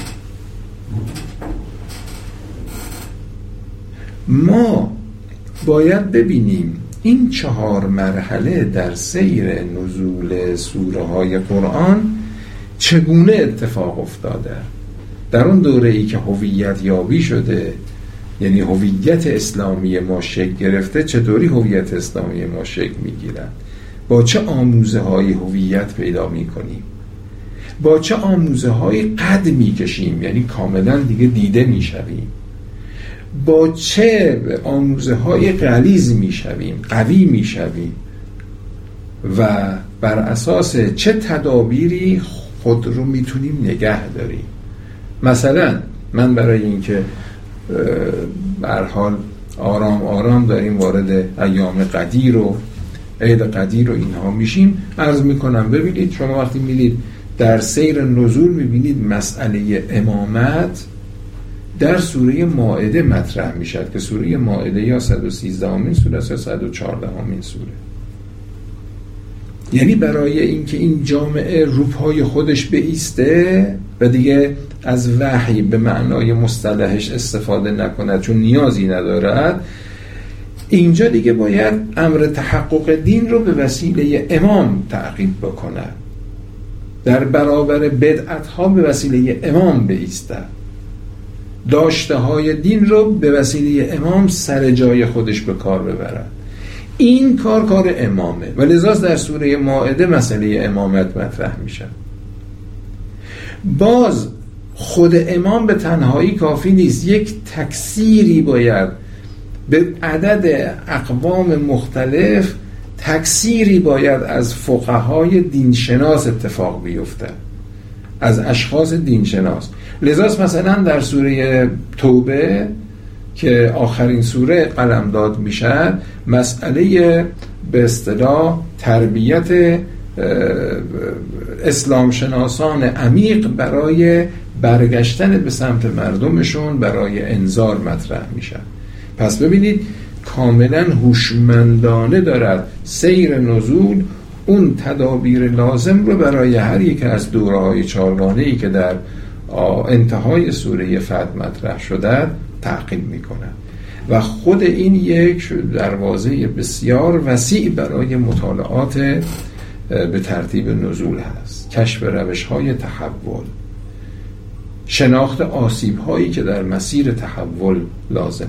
Speaker 1: ما باید ببینیم این 4 مرحله در سیر نزول سوره های قرآن چگونه اتفاق افتاده. در اون دوره ای که هویت یابی شده، یعنی هویت اسلامی ما شکل گرفته، چطوری هویت اسلامی ما شکل میگیرد؟ با چه آموزه های هویت پیدا میکنیم؟ با چه آموزه های قد میکشیم، یعنی کاملا دیگه دیده میشویم؟ با چه آموزه های غلیظ میشویم، قوی میشویم؟ و بر اساس چه تدابیری خود رو میتونیم نگه داریم؟ مثلا من برای اینکه به هر حال آرام آرام داریم وارد ایام قدیر و عید قدیر و اینها میشیم، عرض میکنم ببینید شما وقتی میلید در سیر نزول میبینید مسئله امامت در سوره مائده مطرح میشد که سوره مائده یا 113 سوره است یا 114 سوره. یعنی برای اینکه این جامعه رو پای خودش بایسته و دیگه از وحی به معنای مصطلحش استفاده نکند چون نیازی ندارد، اینجا دیگه باید امر تحقق دین رو به وسیله امام تعقیب بکند، در برابر بدعت ها به وسیله امام بایستد، داشته های دین رو به وسیله امام سر جای خودش به کار ببرد. این کار امامه و لذا در سوره مائده مسئله امامت مطرح میشه. باز خود امام به تنهایی کافی نیست، یک تکثیری باید به عدد اقوام مختلف، تکثیری باید از فقهای دینشناس اتفاق بیفته، از اشخاص دینشناس. لذا مثلا در سوره توبه که آخرین سوره قلمداد میشه، مسئله به اصطلاح تربیت اسلام شناسان عمیق برای برگشتن به سمت مردمشون برای انذار مطرح میشه. پس ببینید کاملا هوشمندانه دارد سیر نزول اون تدابیر لازم رو برای هر یک از دوره‌های 4گانه‌ای که در انتهای سوره فتح مطرح شده تعقیب میکنه و خود این یک دروازه بسیار وسیع برای مطالعات به ترتیب نزول هست. کشف روش‌های تحول، شناخت آسیب‌هایی که در مسیر تحول لازمه،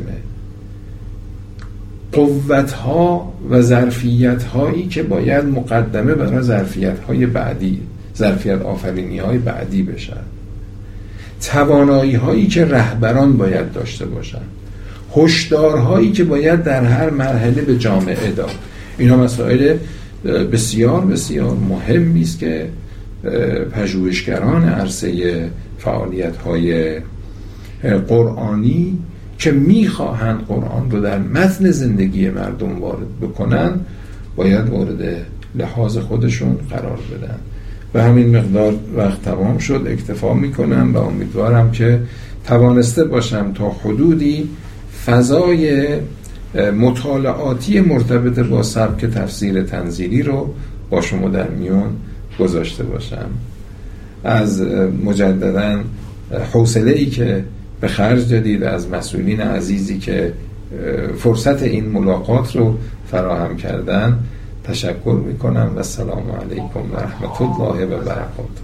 Speaker 1: قوت‌ها و ظرفیت‌هایی که باید مقدمه برای ظرفیت‌های بعدی، ظرفیت آفرینی‌های بعدی بشن، توانایی‌هایی که رهبران باید داشته باشن، هشدارهایی که باید در هر مرحله به جامعه داد. اینا مسائل بسیار بسیار مهمی است که پژوهشگران عرصه فعالیت‌های قرآنی که میخواهند قرآن رو در متن زندگی مردم وارد بکنن باید وارد لحاظ خودشون قرار بدن و همین مقدار وقت تمام شد. اکتفا میکنم و امیدوارم که توانسته باشم تا حدودی فضای مطالعاتی مرتبط با سبک تفسیر تنزیلی رو با شما در میون گذاشته باشم. از مجدداً حوصله‌ای که به خرج دادید، از مسئولین عزیزی که فرصت این ملاقات رو فراهم کردن تشکر میکنم و السلام علیکم و رحمت الله و برکاته.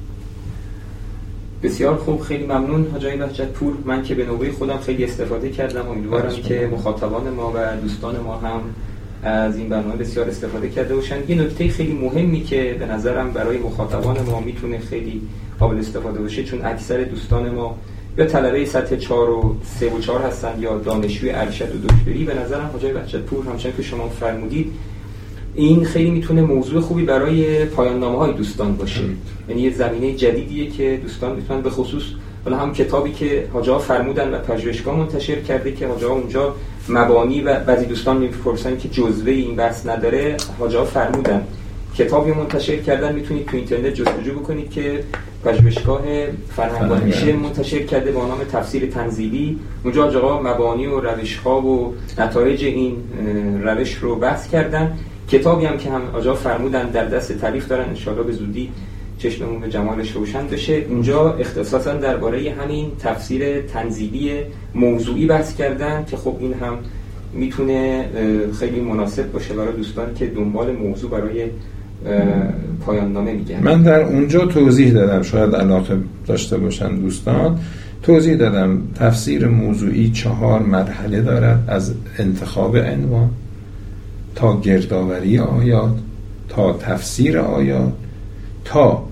Speaker 2: بسیار خوب، خیلی ممنون حاج آقای بهجت‌پور. من که به نوبه خودم خیلی استفاده کردم، امیدوارم که مخاطبان ما و دوستان ما هم از این برنامه بسیار استفاده کرده باشن. یه نکته خیلی مهمی که به نظرم برای مخاطبان ما میتونه خیلی قابل استفاده باشه، چون اکثر دوستان ما یا طلبه سطح 4 و 3 و 4 هستن یا دانشجوی ارشد و دکتری، به نظرم حاج آقای بهجت‌پور همچنان که شما فرمودید این خیلی میتونه موضوع خوبی برای پایان نامه‌های دوستان باشه. یعنی یه زمینه جدیدیه که دوستان میتونن به خصوص حالا هم کتابی که حاج آقا فرمودن و پژوهشگاه منتشر کرده که حاج آقا اونجا مبانی و بعضی دوستان میپرسن که جزوه این بحث نداره، حاج آقا فرمودن کتابی منتشر کردن، میتونید تو اینترنت جستجو بکنید که پژوهشگاه فرهنگ آمیشه منتشر کرده با نام تفسیر تنزیلی. اونجا حاج آقا مبانی و روش‌ها و نتایج این روش رو بحث کردن. کتابی هم که هم حاج آقا فرمودن در دست تالیف دارن، ان شاءالله به زودی چشممون به جمالش روشن بشه. اونجا اختصاصا درباره همین تفسیر تنزیلی موضوعی بحث کردن که خب این هم میتونه خیلی مناسب باشه برای دوستانی که دنبال موضوع برای پایان نامه میگن.
Speaker 1: من در اونجا توضیح دادم، شاید علاقه داشته باشن دوستان، توضیح دادم تفسیر موضوعی 4 مرحله دارد، از انتخاب عنوان تا گردآوری آیات، تا تفسیر آیات، تا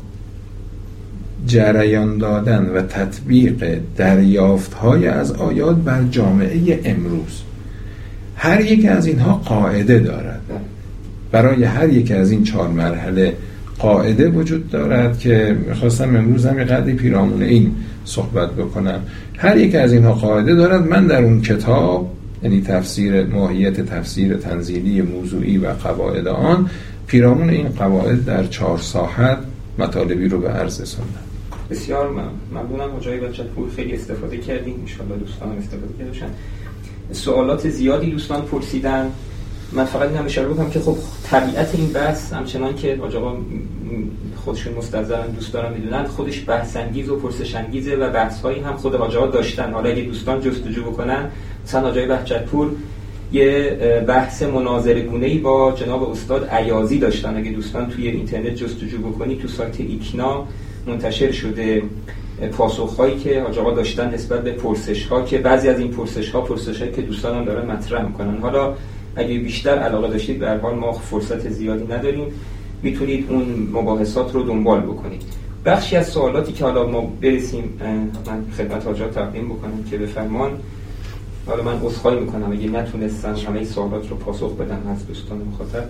Speaker 1: جریان دادن و تطبیق دریافت‌های از آیات بر جامعه امروز. هر یک از اینها قاعده دارد. برای هر یک از این 4 مرحله قاعده وجود دارد که میخواستم امروز هم یه قدری پیرامون این صحبت بکنم. هر یک از اینها قاعده دارد. من در اون کتاب، یعنی تفسیر ماهیت تفسیر تنزیلی موضوعی و قواعد آن، پیرامون این قواعد در 4 ساحت مطالبی رو به عرض رسوندم.
Speaker 2: بسیار ممنونم حاج آقای بهجت‌پور، خیلی استفاده کردیم، ان شاءالله دوستان هم استفاده کرده باشن. سوالات زیادی دوستان پرسیدن. من فقط اینم اشاره بکنم که خب طبیعت این بحث همچنان که حاج آقا خودشون مستحضرن، دوست دارن میدونن، خودش بحث انگیز و پرسش انگیزه و بحث‌هایی هم خود حاج آقا داشتن. حالا اگه دوستان جستجو بکنن، مثلا حاج آقای بهجت‌پور یه بحث مناظره‌گونه‌ای با جناب استاد عیاضی داشتن. اگه دوستان توی اینترنت جستجو بکنید، تو سایت ایکنا منتشر شده پاسخ‌هایی که حاج آقا داشتن نسبت به پرسش‌ها، که بعضی از این پرسش‌هایی که دوستان هم دارن مطرح می‌کنن. حالا اگه بیشتر علاقه داشتید، به هر حال ما فرصت زیادی نداریم، میتونید اون مباحثات رو دنبال بکنید. بخشی از سوالاتی که حالا ما برسیم من خدمت حاج آقا تقدیم بکنم که بفرمان. حالا من عذرخواهی میکنم اگه نتونستم همه سوالات رو پاسخ بدم از دوستان مخاطب.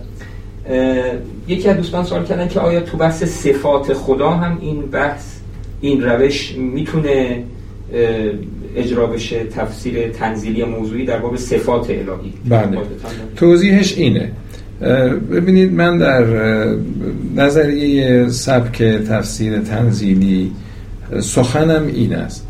Speaker 2: یکی از دوستان سوال کردن که آیا تو بحث صفات خدا هم این بحث، این روش میتونه اجرا بشه، تفسیر تنزیلی موضوعی در باب صفات الهی؟
Speaker 1: بله، توضیحش اینه. ببینید، من در نظریه سبک تفسیر تنزیلی سخنم این است: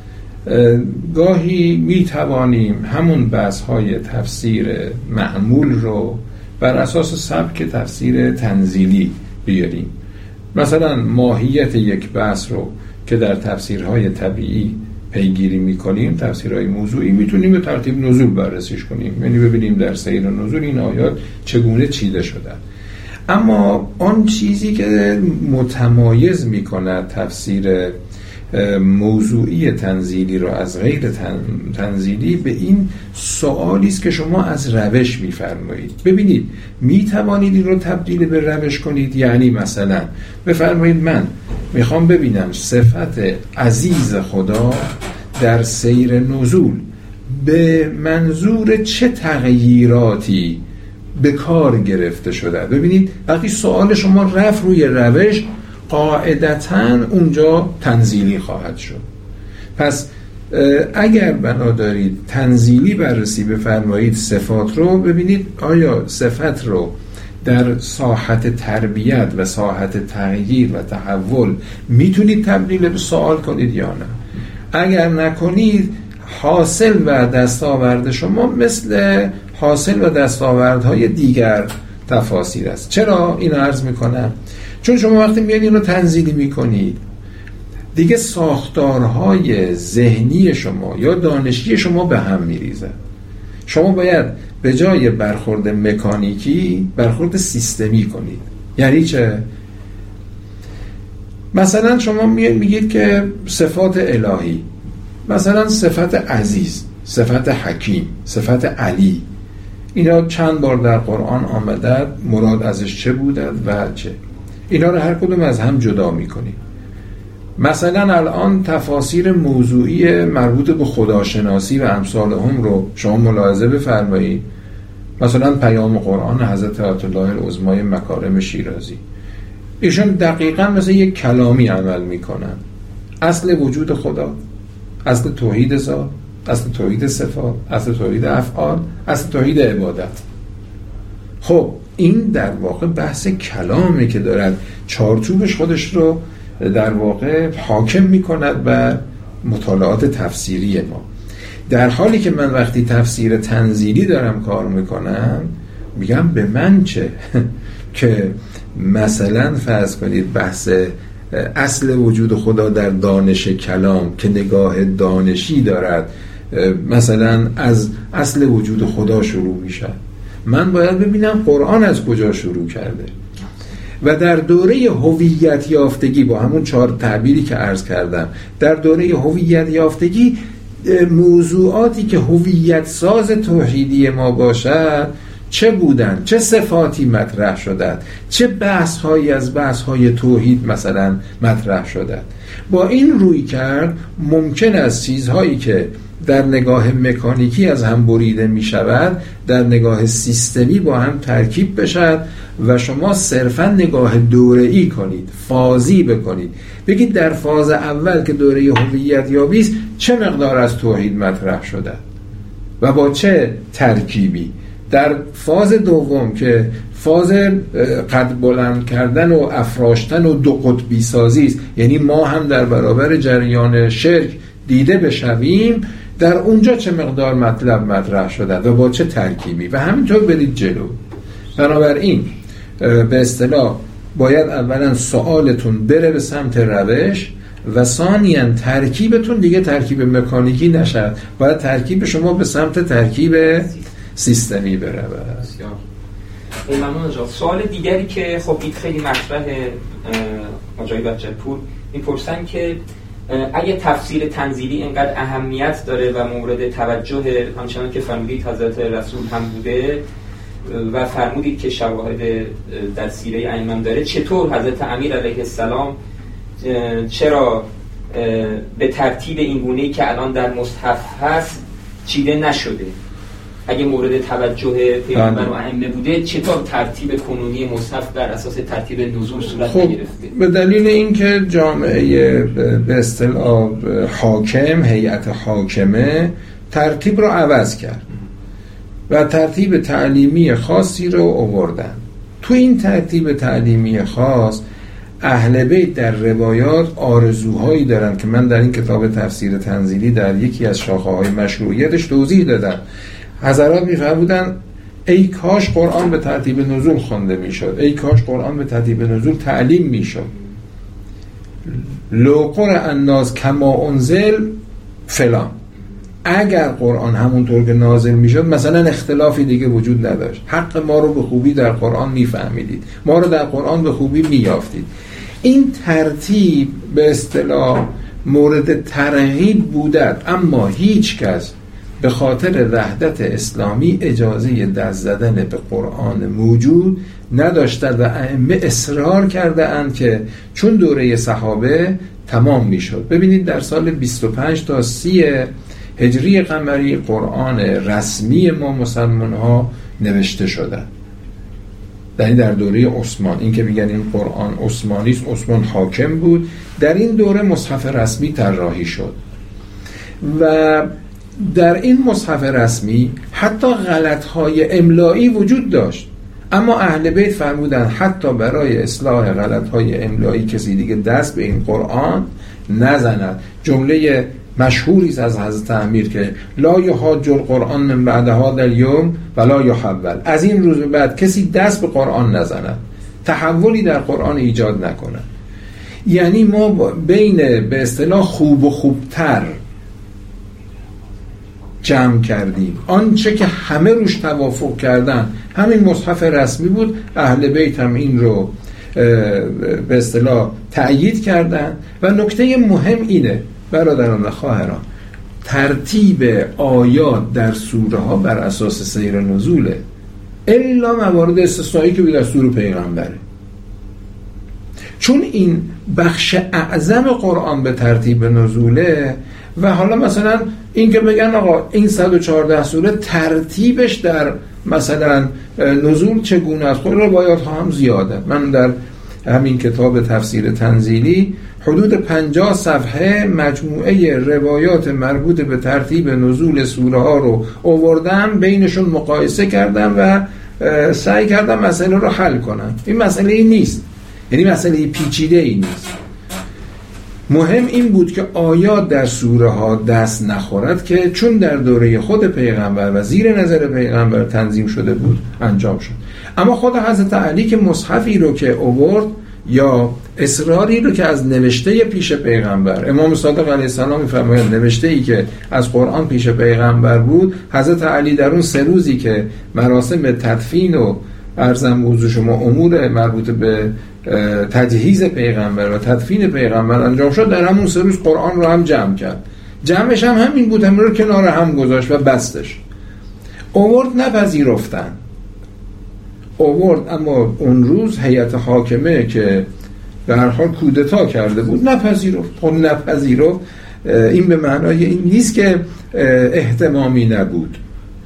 Speaker 1: گاهی می توانیم همون بحث‌های تفسیر معمول رو بر اساس سبک تفسیر تنزیلی بیاریم. مثلا ماهیت یک بحث رو که در تفسیرهای طبیعی پیگیری میکنیم، تفسیرهای موضوعی، میتونیم به ترتیب نزول بررسیش کنیم، یعنی ببینیم در سیر نزول این آیات چگونه چیده شدن. اما آن چیزی که متمایز میکند تفسیر موضوعی تنزیلی رو از غیر تنزیلی، به این سوالی است که شما از روش میفرمایید. ببینید، میتوانید این رو تبدیل به روش کنید. یعنی مثلا بفرمایید من میخوام ببینم صفت عزیز خدا در سیر نزول به منظور چه تغییراتی به کار گرفته شده. ببینید، وقتی سوال شما رفت روی روش، قاعدتاً اونجا تنزیلی خواهد شد. پس اگر بنا دارید تنزیلی بررسی بفرمایید صفات رو، ببینید آیا صفت رو در ساحت تربیت و ساحت تغییر و تحول میتونید تبدیل به سوال کنید یا نه؟ اگر نکنید حاصل و دستاورد شما مثل حاصل و دستاوردهای دیگر تفاسیر است. چرا اینو عرض میکنم؟ چون شما وقتی میاد اینو تنزیلی میکنید دیگه ساختارهای ذهنی شما یا دانشی شما به هم میریزه. شما باید به جای برخورد مکانیکی برخورد سیستمی کنید. یعنی چه؟ مثلا شما میگید که صفات الهی، مثلا صفت عزیز، صفت حکیم، صفت علی، اینا چند بار در قرآن آمده، مراد ازش چه بوده و چه؟ اینا رو هر کدوم از هم جدا میکنید. مثلا الان تفاسیر موضوعی مربوط به خداشناسی و امثال هم رو شما ملاحظه بفرمایید. مثلا پیام قرآن حضرت آیت الله العظمای مکارم شیرازی، ایشون دقیقاً مثل یک کلامی عمل میکنن. اصل وجود خدا، اصل توحید ذات، اصل توحید صفات، اصل توحید افعال، اصل توحید عبادت. خب این در واقع بحث کلامی که دارد چارچوبش خودش رو در واقع حاکم میکند و مطالعات تفسیری ما. در حالی که من وقتی تفسیر تنزیلی دارم کار میکنم میگم به من چه که مثلا فرض کنید بحث اصل وجود خدا در دانش کلام که نگاه دانشی دارد مثلا از اصل وجود خدا شروع میشه، من باید ببینم قرآن از کجا شروع کرده. و در دوره هویت یافتگی با همون 4 تعبیری که عرض کردم، در دوره هویت یافتگی موضوعاتی که هویت ساز توحیدی ما باشد چه بودن، چه صفاتی مطرح شدند، چه بحث هایی از بحث های توحید مثلا مطرح شدند. با این روی کرد ممکن است چیزهایی که در نگاه مکانیکی از هم بریده می شود در نگاه سیستمی با هم ترکیب بشد و شما صرفا نگاه دوره‌ای کنید، فازی بکنید، بگید در فاز اول که دوره هویت یابی است چه مقدار از توحید مطرح شده و با چه ترکیبی. در فاز دوم که فاز قد بلند کردن و افراشتن و دو قطبی سازی است، یعنی ما هم در برابر جریان شرک دیده بشویم، در اونجا چه مقدار مطلب مطرح شده و با چه ترکیبی و همینطور برید جلو. بنابراین به اصطلاح باید اولا سوالتون بره به سمت روش و ثانیاً ترکیبتون دیگه ترکیب مکانیکی نشد، باید ترکیب شما به سمت ترکیب سیستمی بره.
Speaker 2: ممنون جان. سوال دیگری که خب این خیلی مطرحه آقای بهجت‌پور میپرسن که اگه تفسیر تنزیلی اینقدر اهمیت داره و مورد توجه همچنان که فرمودید حضرت رسول هم بوده و فرمودید که شواهد در سیره ائمه داره، چطور حضرت امیر علیه السلام چرا به ترتیب این گونه‌ای که الان در مصحف هست چیده نشده؟ اگه مورد توجه پیامبر و ائمه بوده چطور ترتیب کنونی مصحف بر اساس ترتیب نزول صورت نگرفته؟
Speaker 1: به دلیل اینکه جامعه به اصطلاح حاکم، هیئت حاکمه ترتیب رو عوض کرد و ترتیب تعلیمی خاصی رو آوردن. تو این ترتیب تعلیمی خاص اهل بیت در روایات آرزوهایی دارن که من در این کتاب تفسیر تنزیلی در یکی از شاخه‌های مشروعیتش توضیح دادم. حضرات می‌فرمودن ای کاش قرآن به ترتیب نزول خوانده میشد، ای کاش قرآن به ترتیب نزول تعلیم میشد. لو قرأ الناس کما انزل فلان، اگر قرآن همونطور که نازل میشد مثلا اختلافی دیگه وجود نداشت، حق ما رو به خوبی در قرآن میفهمیدید، ما رو در قرآن به خوبی میافتید. این ترتیب به اصطلاح مورد ترغیب بودند، اما هیچ کس به خاطر وحدت اسلامی اجازه دست زدن به قرآن موجود نداشتند و ائمه اصرار کرده اند که چون دوره صحابه تمام میشد. ببینید در سال 25 تا 30 هجری قمری قرآن رسمی ما مسلمان ها نوشته شده، یعنی در دوره عثمان. این که میگن این قرآن عثمانی است، عثمان حاکم بود، در این دوره مصحف رسمی طراحی شد و در این مصحف رسمی حتی غلط‌های املایی وجود داشت. اما اهل بیت فرمودن حتی برای اصلاح غلط‌های املایی کسی دیگه دست به این قرآن نزند. جمله مشهوری از حضرت امیر که لا یحاج القرآن من بعد هذا اليوم ولا یحول، از این روز بعد کسی دست به قرآن نزند، تحولی در قرآن ایجاد نکنه. یعنی ما بین به اصطلاح خوب و خوبتر جمع کردیم. آنچه که همه روش توافق کردن همین مصحف رسمی بود، اهل بیت هم این رو به اصطلاح تأیید کردن. و نکته مهم اینه برادران و خواهران، ترتیب آیات در سوره ها بر اساس سیر نزوله، الا موارد استثنایی که در سوره پیغمبره، چون این بخش اعظم قرآن به ترتیب نزوله. و حالا مثلا این که بگن آقا این 114 سوره ترتیبش در مثلا نزول چگونه است، خب روایات ها هم زیاده. من در همین کتاب تفسیر تنزیلی حدود 50 صفحه مجموعه روایات مربوط به ترتیب نزول سوره ها رو آوردم، بینشون مقایسه کردم و سعی کردم مسئله رو حل کنم. این مسئله ای نیست، یعنی مسئله پیچیده ای نیست. مهم این بود که آیات در سوره ها دست نخورد که چون در دوره خود پیغمبر و زیر نظر پیغمبر تنظیم شده بود انجام شد. اما خود حضرت علی که مصحفی رو که آورد یا اصراری رو که از نوشته پیش پیغمبر، امام صادق علیه السلام می‌فرمایند نوشته‌ای که از قرآن پیش پیغمبر بود، حضرت علی در اون 3 روزی که مراسم تدفین و ارزم موضوع شما امور مربوط به تجهیز پیغمبر و تدفین پیغمبر انجام شد، در همون 3 روز قرآن رو هم جمع کرد. جمعش هم همین بود، همین رو کنار هم گذاشت و بستش. آورد نپذیرفتن، آورد اما اون روز هیئت حاکمه که به هر حال کودتا کرده بود نپذیرفت. خب نپذیرفت این به معنای این نیست که اهتمامی نبود.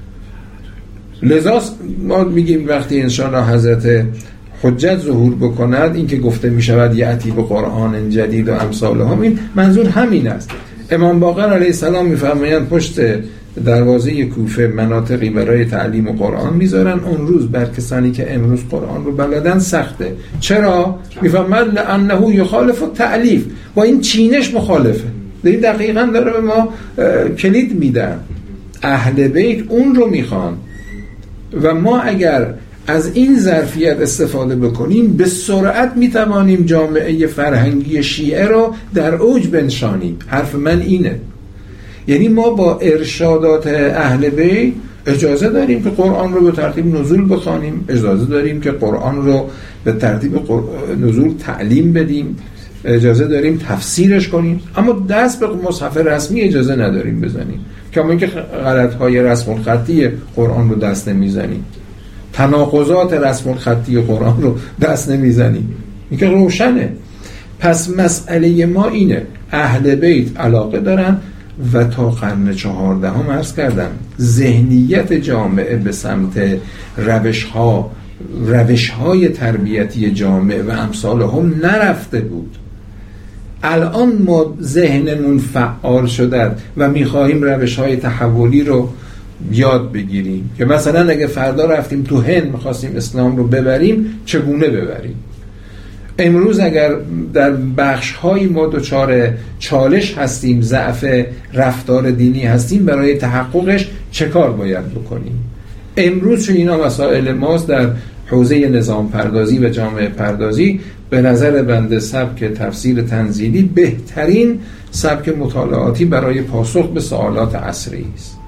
Speaker 1: لذا ما میگیم وقتی انشاءالله حضرت حجت ظهور بکند، این که گفته میشود یأتی به قرآن جدید و امثاله هم، این منظور همین است. امام باقر علیه السلام میفرمایند پشت دروازه کوفه مناطقی برای تعلیم قرآن میذارن، اون روز بر کسانی که امروز قرآن رو بلدن سخته. چرا؟ میفرمایند لانه یخالف التألیف، با این چینش مخالفه. این دقیقاً داره به ما کلید میدن. اهل بیت اون رو میخوان و ما اگر از این ظرفیت استفاده بکنیم به سرعت میتوانیم جامعه فرهنگی شیعه رو در اوج بنشانیم. حرف من اینه، یعنی ما با ارشادات اهل بیت اجازه داریم که قرآن رو به ترتیب نزول بخوانیم، اجازه داریم که قرآن رو به ترتیب نزول تعلیم بدیم، اجازه داریم تفسیرش کنیم، اما دست به مصحف رسمی اجازه نداریم بزنیم. کما اینکه غلط‌های رسم الخطی قرآن رو دست نمیزنیم، تناقضات رسم الخطی قرآن رو دست نمیزنیم. این که روشنه. پس مسئله ما اینه، اهل بیت علاقه دارن و تا قرن 14 هم عرض کردم ذهنیت جامعه به سمت روش‌های تربیتی جامعه و امثال هم نرفته بود. الان ما ذهنمون فعال شده و میخواهیم روش‌های تحولی رو یاد بگیریم که مثلا اگه فردا رفتیم تو هند میخواستیم اسلام رو ببریم چگونه ببریم. امروز اگر در بخش‌های ما دچار چالش هستیم، ضعف رفتار دینی هستیم، برای تحققش چه کار باید بکنیم؟ امروز چون اینا مسائل ماست در حوزه نظام پردازی و جامعه پردازی، به نظر بنده سبک تفسیر تنزیلی بهترین سبک مطالعاتی برای پاسخ به سوالات عصری است.